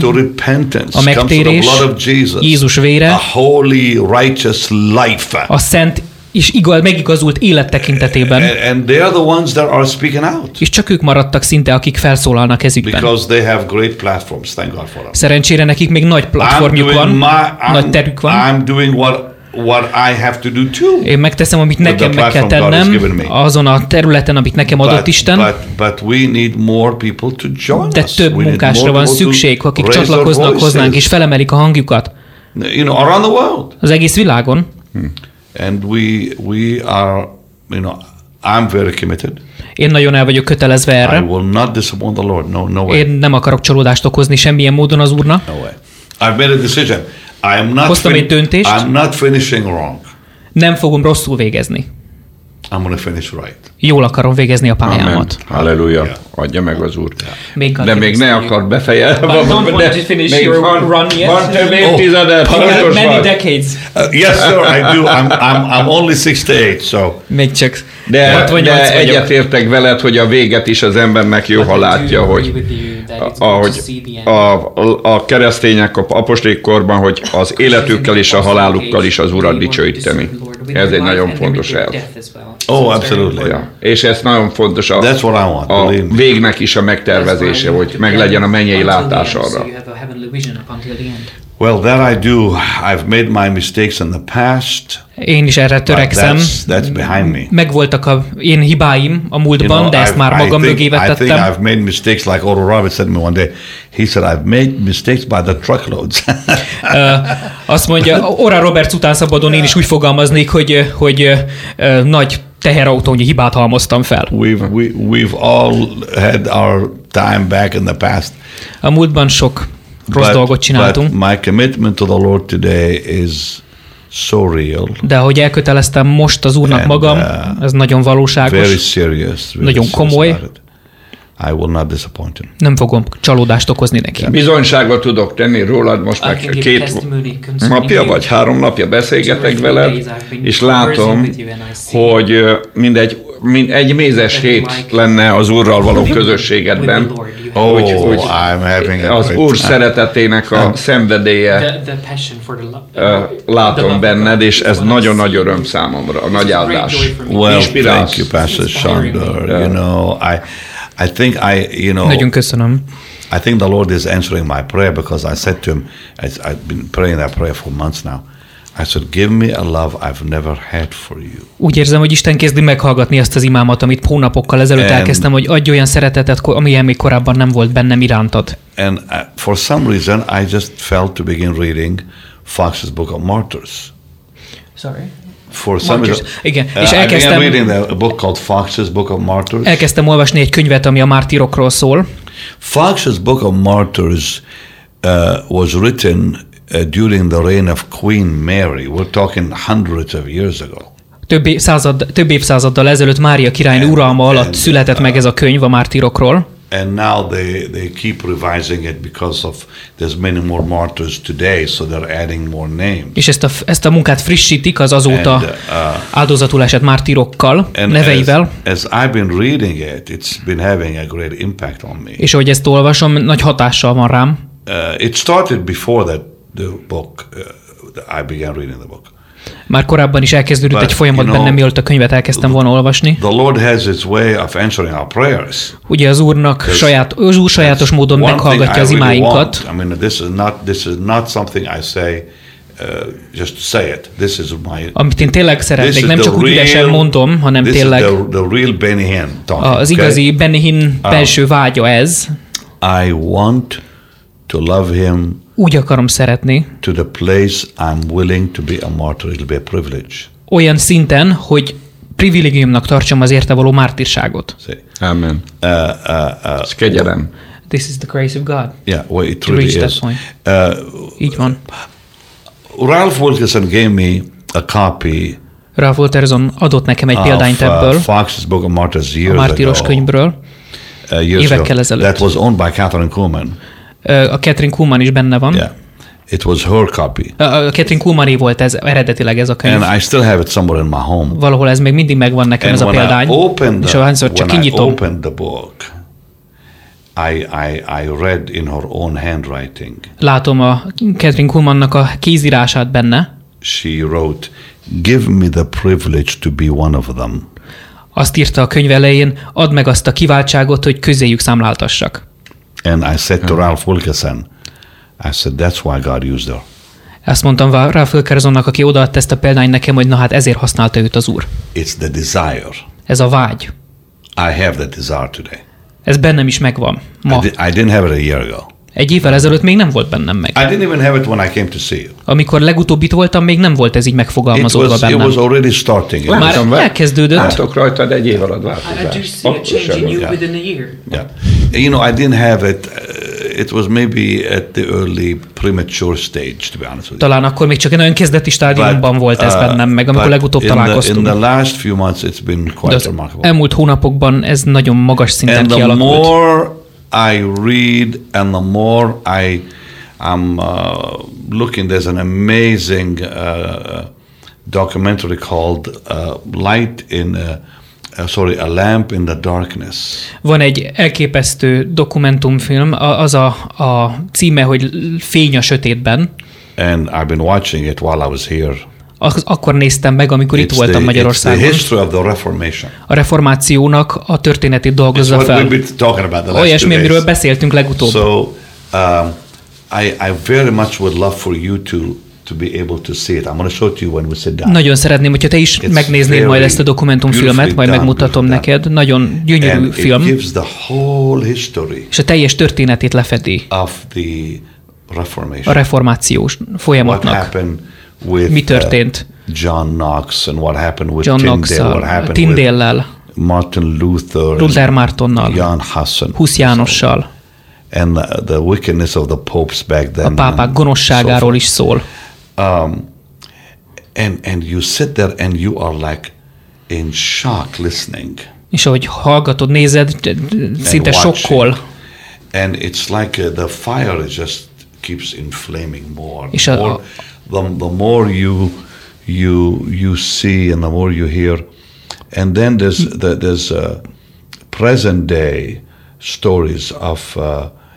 a megtérés, Jézus vére, a holy, righteous life. A szent és megigazult élet tekintetében. And they are the ones that are speaking out. És csak ők maradtak szinte, akik felszólalnak ezügyben. Because they have great platforms, thank God for them. Szerencsére nekik még nagy platformjuk van, nagy terük van. I'm doing what I have to do too. Én megteszem, amit nekem meg kell tennem, azon a területen, amit nekem adott Isten. But we need more people to join De több munkásra van szükség, akik csatlakoznak hozzánk és felemelik a hangjukat. You know, around the world. Az egész világon. And we are, you know, I'm very committed. Én nagyon el vagyok kötelezve erre. I will not disappoint the Lord. No way. Én nem akarok csalódást okozni semmilyen módon az Úrnak. No way. I've made a decision. Hoztam egy döntést. I'm not finishing wrong. Nem fogom rosszul végezni. I'm going to finish right. Jól akarom végezni a pályámat. Halleluja. Yeah. Adja meg az Úr. Yeah. De még ne akar befejezni. Don't want to finish your run yet. Van több évtizedet. Many decades. Yes, sir, I do. I'm only 68, so. Még csak. De egyetértek veled, hogy a véget is az embernek jó, ha látja, hogy a keresztények a apostolikus korban, hogy az életükkel és a halálukkal is az Urat dicsőíteni. Ez egy nagyon fontos elv. Oh, absolutely. Ja. És ez nagyon fontos a végnek is a megtervezése, hogy meg legyen a mennyei látás arra. Well, that I do. I've made my mistakes in the past. Én is erre törekszem. That's behind me. Megvoltak a én hibáim a múltban, de ezt már magam mögé vetettem. I think I've made mistakes like Oral Roberts said to me one day. He said, I've made mistakes by the truckloads. Azt mondja, Oral Roberts után szabadon én is úgy fogalmaznék, hogy nagy teherautónyi hibát halmoztam fel. We've all had our time back in the past. A múltban sok rossz dolgot csináltunk. But my commitment to the Lord today is so real. De ahogy elköteleztem most az Úrnak magam, ez nagyon valóságos, very serious, nagyon komoly. I will not disappoint him. Nem fogom csalódást okozni neki. Bizonyságot tudok tenni rólad, most már 2 napja vagy 3 napja beszélgetek veled, és látom, hogy egy mézes hét lenne az Úrral való közösségedben. Az Úr szeretetének a szenvedélye látom benned, és ez nagyon nagy öröm számomra, a nagy áldás. Well, thank you, Pastor Sander. You know, I think Nagyon köszönöm. I think the Lord is answering my prayer because I said to him, I've been praying that prayer for months now. I said, give me a love I've never had for you. Úgy érzem, hogy Isten kezdi meghallgatni azt az imámat, amit hónapokkal ezelőtt elkezdtem, hogy adj olyan szeretetet, amilyen még korábban nem volt bennem irántad. And for some reason, I just felt to begin reading Fox's Book of Martyrs. Sorry. For some reason, igen, és I began reading a book called Fox's Book of Martyrs. Elkezdtem olvasni egy könyvet, ami a mártírokról szól. Fox's Book of Martyrs was written during the reign of Queen Mary. We're talking hundreds of years ago. Több évszázaddal ezelőtt Mária királynő uralma alatt született meg ez a könyv a mártírokról. And now they keep revising it because of there's many more martyrs today, so they're adding more names. És ezt a munkát frissítik az azóta áldozatul esett mártírokkal, neveivel. As I've been reading it, it's been having a great impact on me. És ahogy ezt olvasom, nagy hatással van rám. It started before that the book I began reading the book. Már korábban is elkezdődött egy folyamat bennem, mielőtt a könyvet elkezdtem volna olvasni. The Lord has its way of answering our prayers. Ugye az Úr sajátos módon meghallgatja az imáinkat. I mean, this is not something I say just to say it. This is my. Amit én tényleg szeretnék, nem csak úgy üresen mondom, hanem tényleg the real Benny Hinn talking, az igazi Benny Hinn belső vágya ez. I want to love him. Úgy akarom szeretni. To the place I'm willing to be a martyr, it'll be a privilege. Olyan szinten, hogy privilégiumnak tartsam az érte való mártírságot. Amen. Ez kegyelem. This is the grace of God. Yeah, well, it really is. Így van. Ralph Wilkerson gave me a copy. Ralph Wilkerson adott nekem egy példányt ebből. Fox's Book of Martyrs years ago. A mártíros könyvből. Évekkel ezelőtt. That was owned by Catherine Kuhlman. A Catherine Kuhlman is benne van. Yeah. It was her copy. A Catherine Kuhlmané volt ez, eredetileg ez a könyv. And I still have it somewhere in my home. Valahol ez még mindig megvan nekem, ez a példány. És ahányszor csak kinyitom. When I opened the book, I read in her own handwriting. Látom a Catherine Kuhlmannak a kézírását benne. She wrote, "Give me the privilege to be one of them." Azt írta a könyv elején, add meg azt a kiváltságot, hogy közéjük számláltassak. And I said to Ralph Wilkerson, I said, that's why God used her. Ezt mondtam Ralph Wilkersonnak, aki odaadta ezt a példányt nekem, hogy na hát ezért használta őt az Úr. It's the desire. Ez a vágy. I have that desire today. Ez bennem is megvan ma. I didn't have it a year ago. Egy évvel ezelőtt még nem volt bennem meg. I didn't even have it when I came to see you. Amikor legutóbb itt voltam, még nem volt ez így megfogalmazódva bennem. It was already starting. Már elkezdődött. Látok rajtad egy év alatt változás. I do see a change in you within a year. Yeah. You know, I didn't have it. It was maybe at the early premature stage, to be honest with you. Talán akkor még csak egy nagyon kezdeti stádiumban volt ez bennem meg, amikor legutóbb találkoztunk. In the last few months it's been quite remarkable. Elmúlt hónapokban ez nagyon magas szinten kialakult. And the more I read and the more I'm looking, there's an amazing documentary called Light in a Lamp in the Darkness. Van egy elképesztő dokumentumfilm, az a címe, hogy Fény a sötétben. And I've been watching it while I was here. Akkor néztem meg, amikor itt voltam Magyarországon. It's the history of the Reformation. A reformációnak a történetét dolgozza fel. Olyasmi, amiről beszéltünk legutóbb. So, I very much would love for you to be able to see it. I'm going to show it to you when we sit down. Nagyon szeretném, hogyha te is megnéznéd majd ezt a dokumentumfilmet, majd megmutatom neked. Nagyon gyönyörű film. It gives the whole history. És a teljes történetét lefedi. Of the Reformation. A reformációs folyamatnak. What happened with mi történt? John Knox and what happened with John Tyndale-lel, Martin Luther Mártonnal, Jan Husson, Husz Jánossal. And the wickedness of the popes back then. A pápák gonoszságáról is szól. And you sit there and you are like in shock listening. És ahogy hallgatod, nézed, szinte sokkol. And it's like the fire just keeps inflaming more. És the more you see and the more you hear, and then there's present day stories of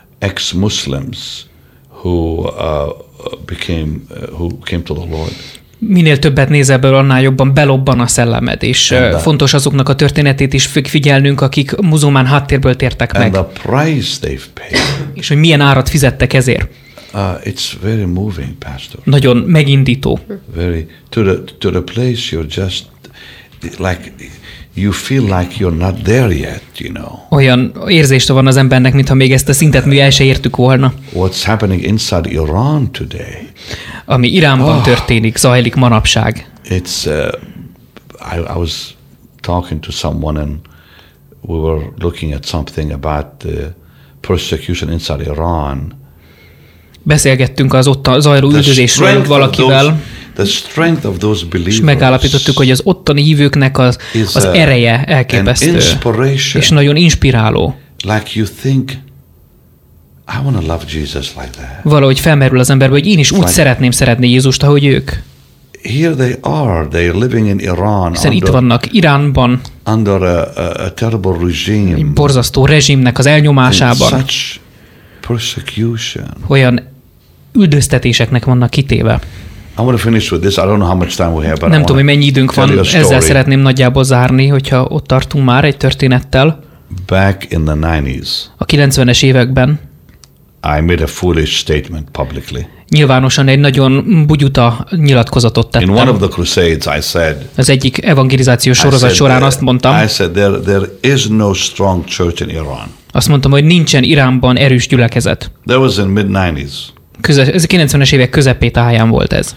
ex-Muslims who came to the Lord. Minél többet nézel belőle, annál jobban belobban a szellemed, és fontos azoknak a történetét is figyelnünk, akik muzulmán háttérből tértek meg. And the price they've paid. És hogy milyen árat fizettek ezért. It's very moving, Pastor. Nagyon megindító. Very to the place you're just like you feel like you're not there yet, you know. Olyan érzése van az embernek, mintha még ezt a szintet mi el se értük volna. What's happening inside Iran today? Ami Iránban történik, zajlik manapság. It's I was talking to someone and we were looking at something about the persecution inside Iran. Beszélgettünk az ott zajló üldözésről valakivel, the strength of those believers, és megállapítottuk, hogy az ottani hívőknek az ereje elképesztő, és nagyon inspiráló. Like you think, I want to love Jesus like that. Valahogy felmerül az emberbe, hogy én is úgy szeretném szeretni Jézust, ahogy ők. Here they are living in Iran. Hiszen itt vannak Iránban, under a terrible regime. Egy borzasztó rezsimnek az elnyomásában. Such persecution. Olyan üldöztetéseknek vannak kitéve. I want to finish with this. I don't know how much time we have, but nem tudom, hogy mennyi időnk van, ezzel szeretném nagyjából zárni, hogyha ott tartunk már egy történettel. Back in the 90s. A 90-es években. I made a foolish statement publicly. Nyilvánosan egy nagyon bugyuta nyilatkozatot tettem. In one of the crusades I said. Az egyik evangelizációs sorozat során azt mondtam. I said there is no strong church in Iran. Azt mondtam, hogy nincsen Iránban erős gyülekezet. That was in mid-90s. Ez a 90-es évek közepétáján volt ez.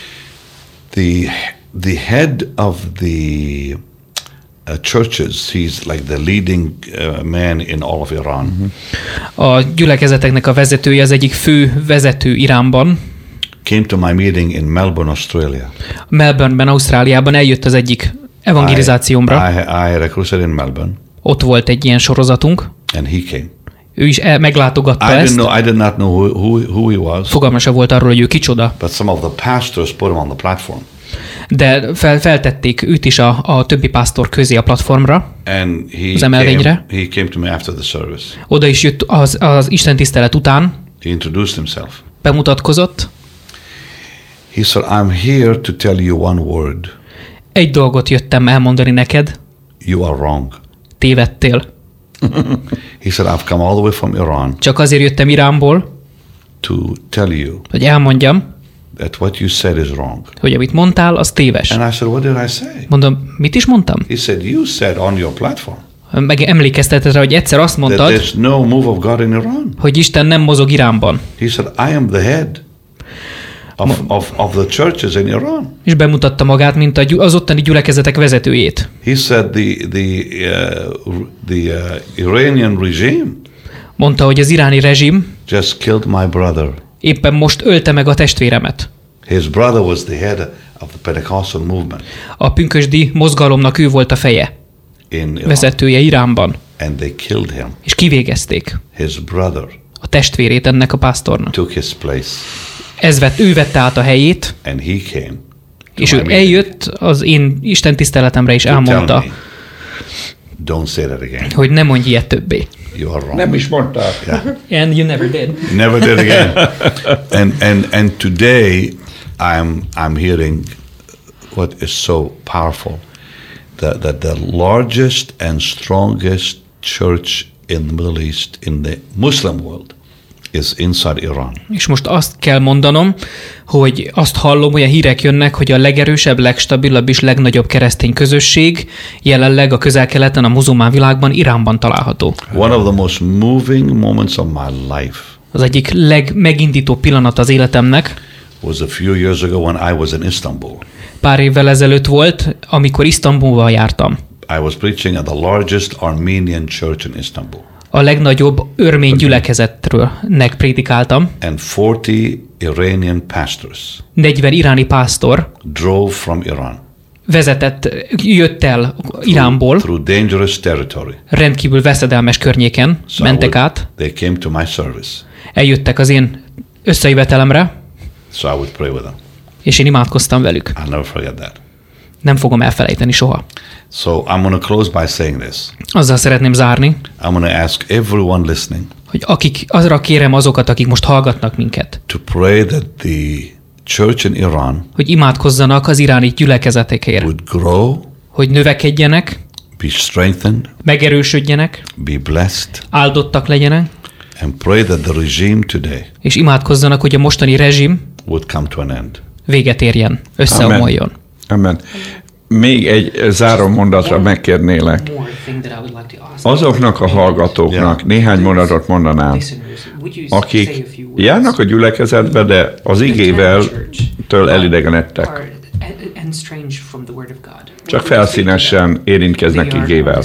The head of the churches, he's like the leading man in all of Iran. A gyülekezeteknek a vezetője, az egyik fő vezető Iránban. Came to my meeting in Melbourne, Australia. Melbourneben, Ausztráliában eljött az egyik evangelizációmra. I had a crusade in Melbourne. Ott volt egy ilyen sorozatunk. And he came. Ő is meglátogatta ezt. I did not know who he was. Fogalma sem volt arról, hogy ő kicsoda. But some of the pastors put him on the platform. De feltették őt is a többi pásztor közé a platformra, and az emelvényre. He came to me after the service. Oda is jött az Isten tisztelet után. He introduced himself. Bemutatkozott. He said, I'm here to tell you one word. Egy dolgot jöttem elmondani neked. You are wrong. Tévedtél. He said, I've come all the way from Iran. Csak azért jöttem Iránból, to tell you, hogy elmondjam, that what you said is wrong. Hogy amit mondtál, az téves. And I said, what did I say? Mondom, mit is mondtam? He said, you said on your platform. Meg emlékeztetett rá, hogy egyszer azt mondtad, that there's no move of God in Iran. Hogy Isten nem mozog Iránban. He said, I am the head of the churches in Iran. És bemutatta magát, mint az ottani gyülekezetek vezetőjét. He said the Iranian regime. Mondta, hogy az iráni rezsim just killed my brother. Éppen most ölte meg a testvéremet. His brother was the head of the Pentecostal movement. A pünkösdi mozgalomnak ő volt a feje. Vezetője Iránban. And they killed him. És kivégezték. His brother. A testvérét ennek a pásztornak. Took his place. Ő vette át a helyét. And he came. És ő eljött az én Isten tiszteletemre és elmondta, don't say that again. Hogy ne mondj ilyet többé. You are wrong. Nem is mondtál. Yeah. And you never did. Never did again. and today I'm hearing what is so powerful, that the largest and strongest church in the Middle East, in the Muslim world, is inside Iran. És most azt kell mondanom, hogy azt hallom, hogy a hírek jönnek, hogy a legerősebb, legstabilabb és legnagyobb keresztény közösség jelenleg a Közel-Keleten, a muzulmán világban, Iránban található. One of the most moving moments of my life. Az egyik legmegindító pillanat az életemnek was a few years ago when I was in Istanbul. Pár évvel ezelőtt volt, amikor Isztambulba jártam. I was preaching at the largest Armenian church in Istanbul. A legnagyobb örmény gyülekezetről prédikáltam. And 40 Iranian pastors 40 iráni pásztor drove from Iran. Jött el Iránból. Through dangerous territory. Rendkívül veszedelmes környéken mentek át. They came to my service. Eljöttek az én összejövetelemre. So I would pray with them. És én imádkoztam velük. I'll never forget that. Nem fogom elfelejteni soha. So I'm going to close by saying this. Azzal szeretném zárni, I'm going to ask everyone listening, hogy azra kérem azokat, akik most hallgatnak minket, to pray that the church in Iran hogy imádkozzanak az iráni gyülekezetekért, would grow, hogy növekedjenek, be strengthened, megerősödjenek, be blessed, áldottak legyenek, and pray that the regime today és imádkozzanak, hogy a mostani rezsim would come to an end. véget érjen, összeomoljon. Amen. Még egy záró mondatra megkérnélek. Azoknak a hallgatóknak néhány mondatot mondanám, akik járnak a gyülekezetbe, de az igével elidegenedtek. Csak felszínesen érintkeznek igével.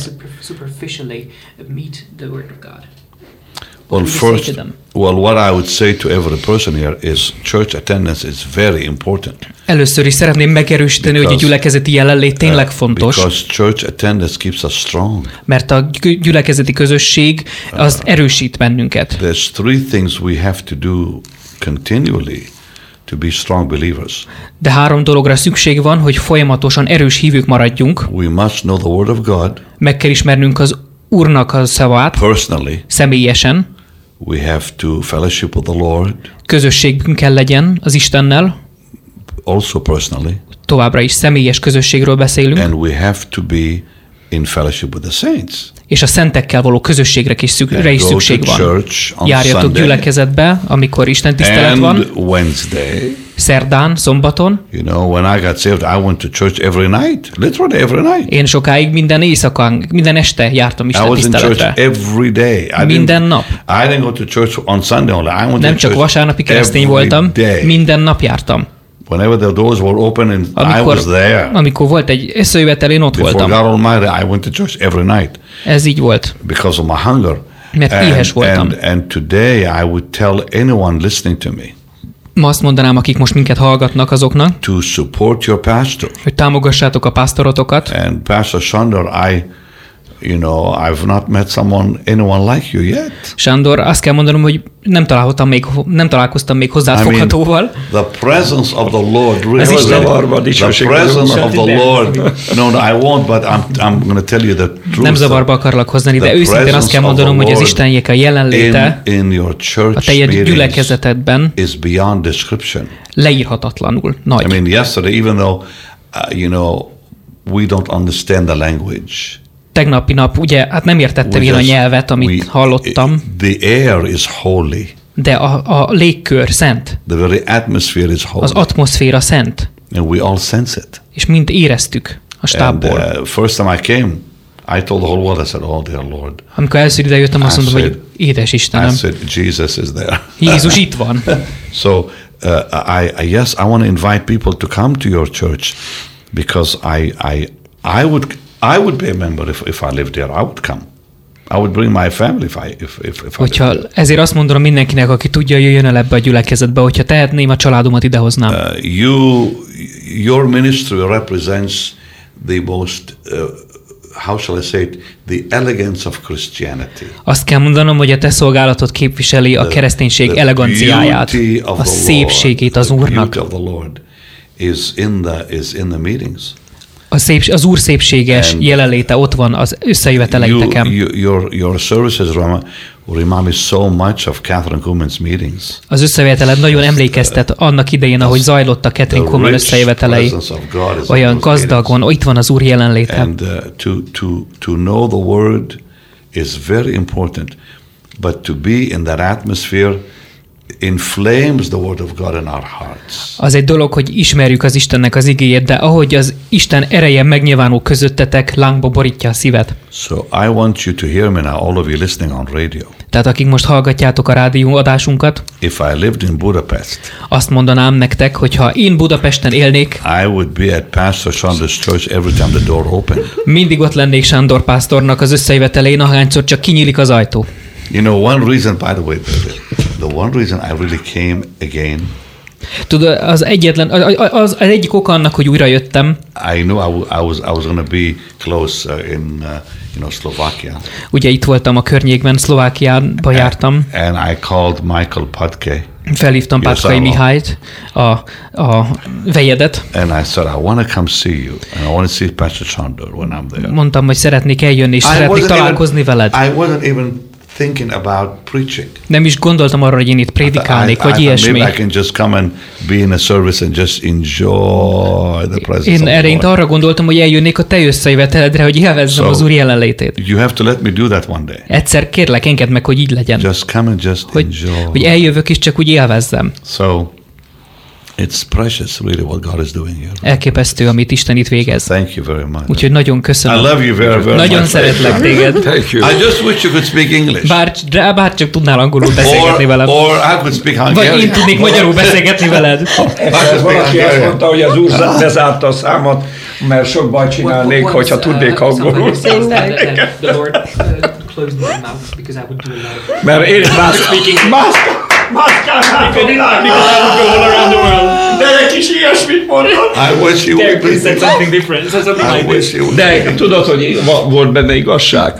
Well, what I would say to every person here is church attendance is very important. Először is szeretném megerősíteni, hogy a gyülekezeti jelenlét tényleg fontos. Because church attendance keeps us strong. Mert a gyülekezeti közösség az erősít bennünket. There's three things we have to do continually to be strong believers. De 3 dologra szükség van, hogy folyamatosan erős hívők maradjunk. We must know the word of God. Meg kell ismernünk az Úrnak a szavát. Personally. Személyesen. We have to fellowship with the Lord. Közösségünk kell legyen az Istennel. Also personally. Továbbra is személyes közösségről beszélünk. And we have to be in fellowship with the saints. És a szentekkel való közösségre is szükség van. Járjatok gyülekezetbe, amikor Isten tisztelet van. Wednesday. Szerdán, szombaton. You know, when I got saved, I went to church every night, literally every night. Én sokáig minden éjszakán, minden este jártam Isten tiszteletre. I was in church every day. Minden nap. I didn't go to church on Sunday only. I went Nem csak vasárnapi keresztény voltam, minden nap jártam. Whenever the doors were open and I was there. Amikor volt egy összejövetel, én ott voltam. Before God Almighty, I went to church every night. Ez így volt. Because of my hunger. Mert éhes voltam. And today I would tell anyone listening to me. Ma azt mondanám, akik most minket hallgatnak azoknak, to support your pastor. Hogy támogassátok a pásztorotokat. And Pastor Sándor, I've not met anyone like you yet. Sándor, azt kell mondanom, hogy nem találkoztam még hozzád foghatóval. The presence of the Lord really the presence of the Lord. No, I won't, but I'm going to tell you the truth. Nem zavarba akarlak hozni, de őszintén azt kell mondanom, hogy az Istenjék a jelenléte a teljes gyülekezetedben is beyond description. Leírhatatlanul nagy. I mean, yesterday, even though we don't understand the language. Tegnapi nap, ugye, hát nem értettem én a nyelvet, amit hallottam. The air is holy. De a légkör szent. The very atmosphere is holy. Az atmoszféra szent. And we all sense it. És mind éreztük a stábból. And first time I came, I told the whole world, I said, oh dear Lord. Amikor először ide jöttem, azt mondtam, hogy édes Istenem. I said, Jesus is there. Jézus itt van. So, I want to invite people to come to your church because I would be a member if I lived there. I would come. I would bring my family if Hogyha ezért azt mondom mindenkinek, aki tudja, jöjjön el ebbe a gyülekezetbe, hogyha tehetném, a családomat idehoznám. Your ministry represents the most how shall I say it, the elegance of Christianity. Azt kell mondanom, hogy a te szolgálatod képviseli a kereszténység eleganciáját, a szépségét az Úrnak. The beauty of the Lord is in the meetings. Az Úr szépséges jelenléte ott van az összejöveteleiteken. Your services remind me so much of Catherine Kuhlman's meetings. Az összejöveteled nagyon emlékeztet annak idején, ahogy zajlott a Catherine Kuhlman összejövetelei. Olyan gazdagon, itt van az Úr jelenléte. And to know the word is very important, but to be in that atmosphere inflames the word of God in our hearts. Az egy dolog, hogy ismerjük az Istennek az igéjét, de ahogy az Isten ereje megnyilvánul közöttetek, lángba borítja a szívet. So I want you to hear me now, all of you listening on radio. Tehát akik most hallgatjátok a rádió adásunkat, if I lived in Budapest, azt mondanám nektek, hogy ha én Budapesten élnék, I would be at Pastor Sándar's church every time the door opened. Mindig ott lennék Sándor pásztornak az összejövetelén, ahányszor csak kinyílik az ajtó. You know, one reason, by the way, the one reason I really came again. Tudod, az egyik oka annak, hogy újra jöttem. I knew I was going to be close in Slovakia. Ugye itt voltam a környékben, Szlovákiába jártam. And I called Michael Patke. Felhívtam Patkai Mihályt, a vejedet. And I said, I want to come see you, and I want to see Pastor Sándor when I'm there. Mondtam, hogy szeretnék eljönni, és szeretnék találkozni veled. I wasn't even thinking about preaching. Nem is gondoltam arra, hogy én itt prédikálnék, vagy ilyesmi. Maybe I can just come and be in a service and just enjoy the presence Én of the erényt Lord. arra gondoltam, hogy eljönnék a te összejöveteledre, hogy élvezzem az Úr jelenlétét. You have to let me do that one day. Egyszer kérlek, engedd meg, hogy így legyen. Just come and just enjoy. Hogy eljövök és csak úgy élvezzem. So it's precious really what God is doing here. Elképesztő, amit Isten itt végez. Thank you very much. Úgyhogy nagyon köszönöm. I love you very, very Nagyon much. szeretlek téged. Thank you. I just wish you could speak English. Bár csak tudnál angolul beszélgetni velem. Or I could speak Hungarian. Vagy én tudnék magyarul beszélgetni veled. Valaki azt mondta, hogy az Úr bezárta a számat, mert sok bajt csinálnék, hogyha tudnék angolul. Mert én mászkálnák a világban, de egy kis ilyesmit mondott. I wish you would. De tudod, hogy volt benne igazság?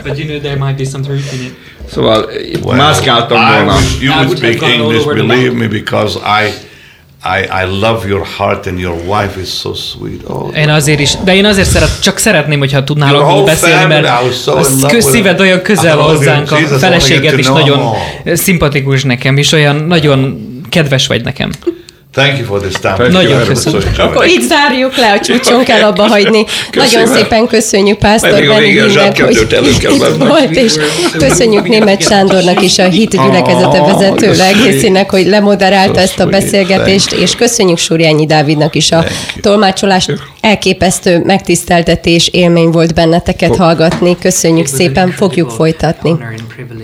Szóval mászkáltam I volna. wish you would speak English, believe me, because I love your heart and your wife is so sweet. Oh, Én azért is, de én azért csak szeretném, hogyha tudnál Your angolul whole beszélni, mert family, I was so in a love with szíved it. olyan közel I love hozzánk, you, a Jesus, I feleséged wanna is get to know nagyon szimpatikus nekem, és olyan nagyon kedves vagy nekem. thank you for this time. Nagyon köszönöm. Akkor itt zárjuk le, a csúcson kell abba hagyni. Nagyon szépen köszönjük Pásztor Még a végén Benediknek, hogy zsebkendőt elő kell itt vennem. volt, és köszönjük Németh Sándornak is, a Hit gyülekezete vezető egészének, hogy lemoderálta ezt a beszélgetést, és köszönjük Surjányi Dávidnak is a tolmácsolást. Elképesztő megtiszteltetés, élmény volt benneteket hallgatni. Köszönjük szépen, fogjuk folytatni.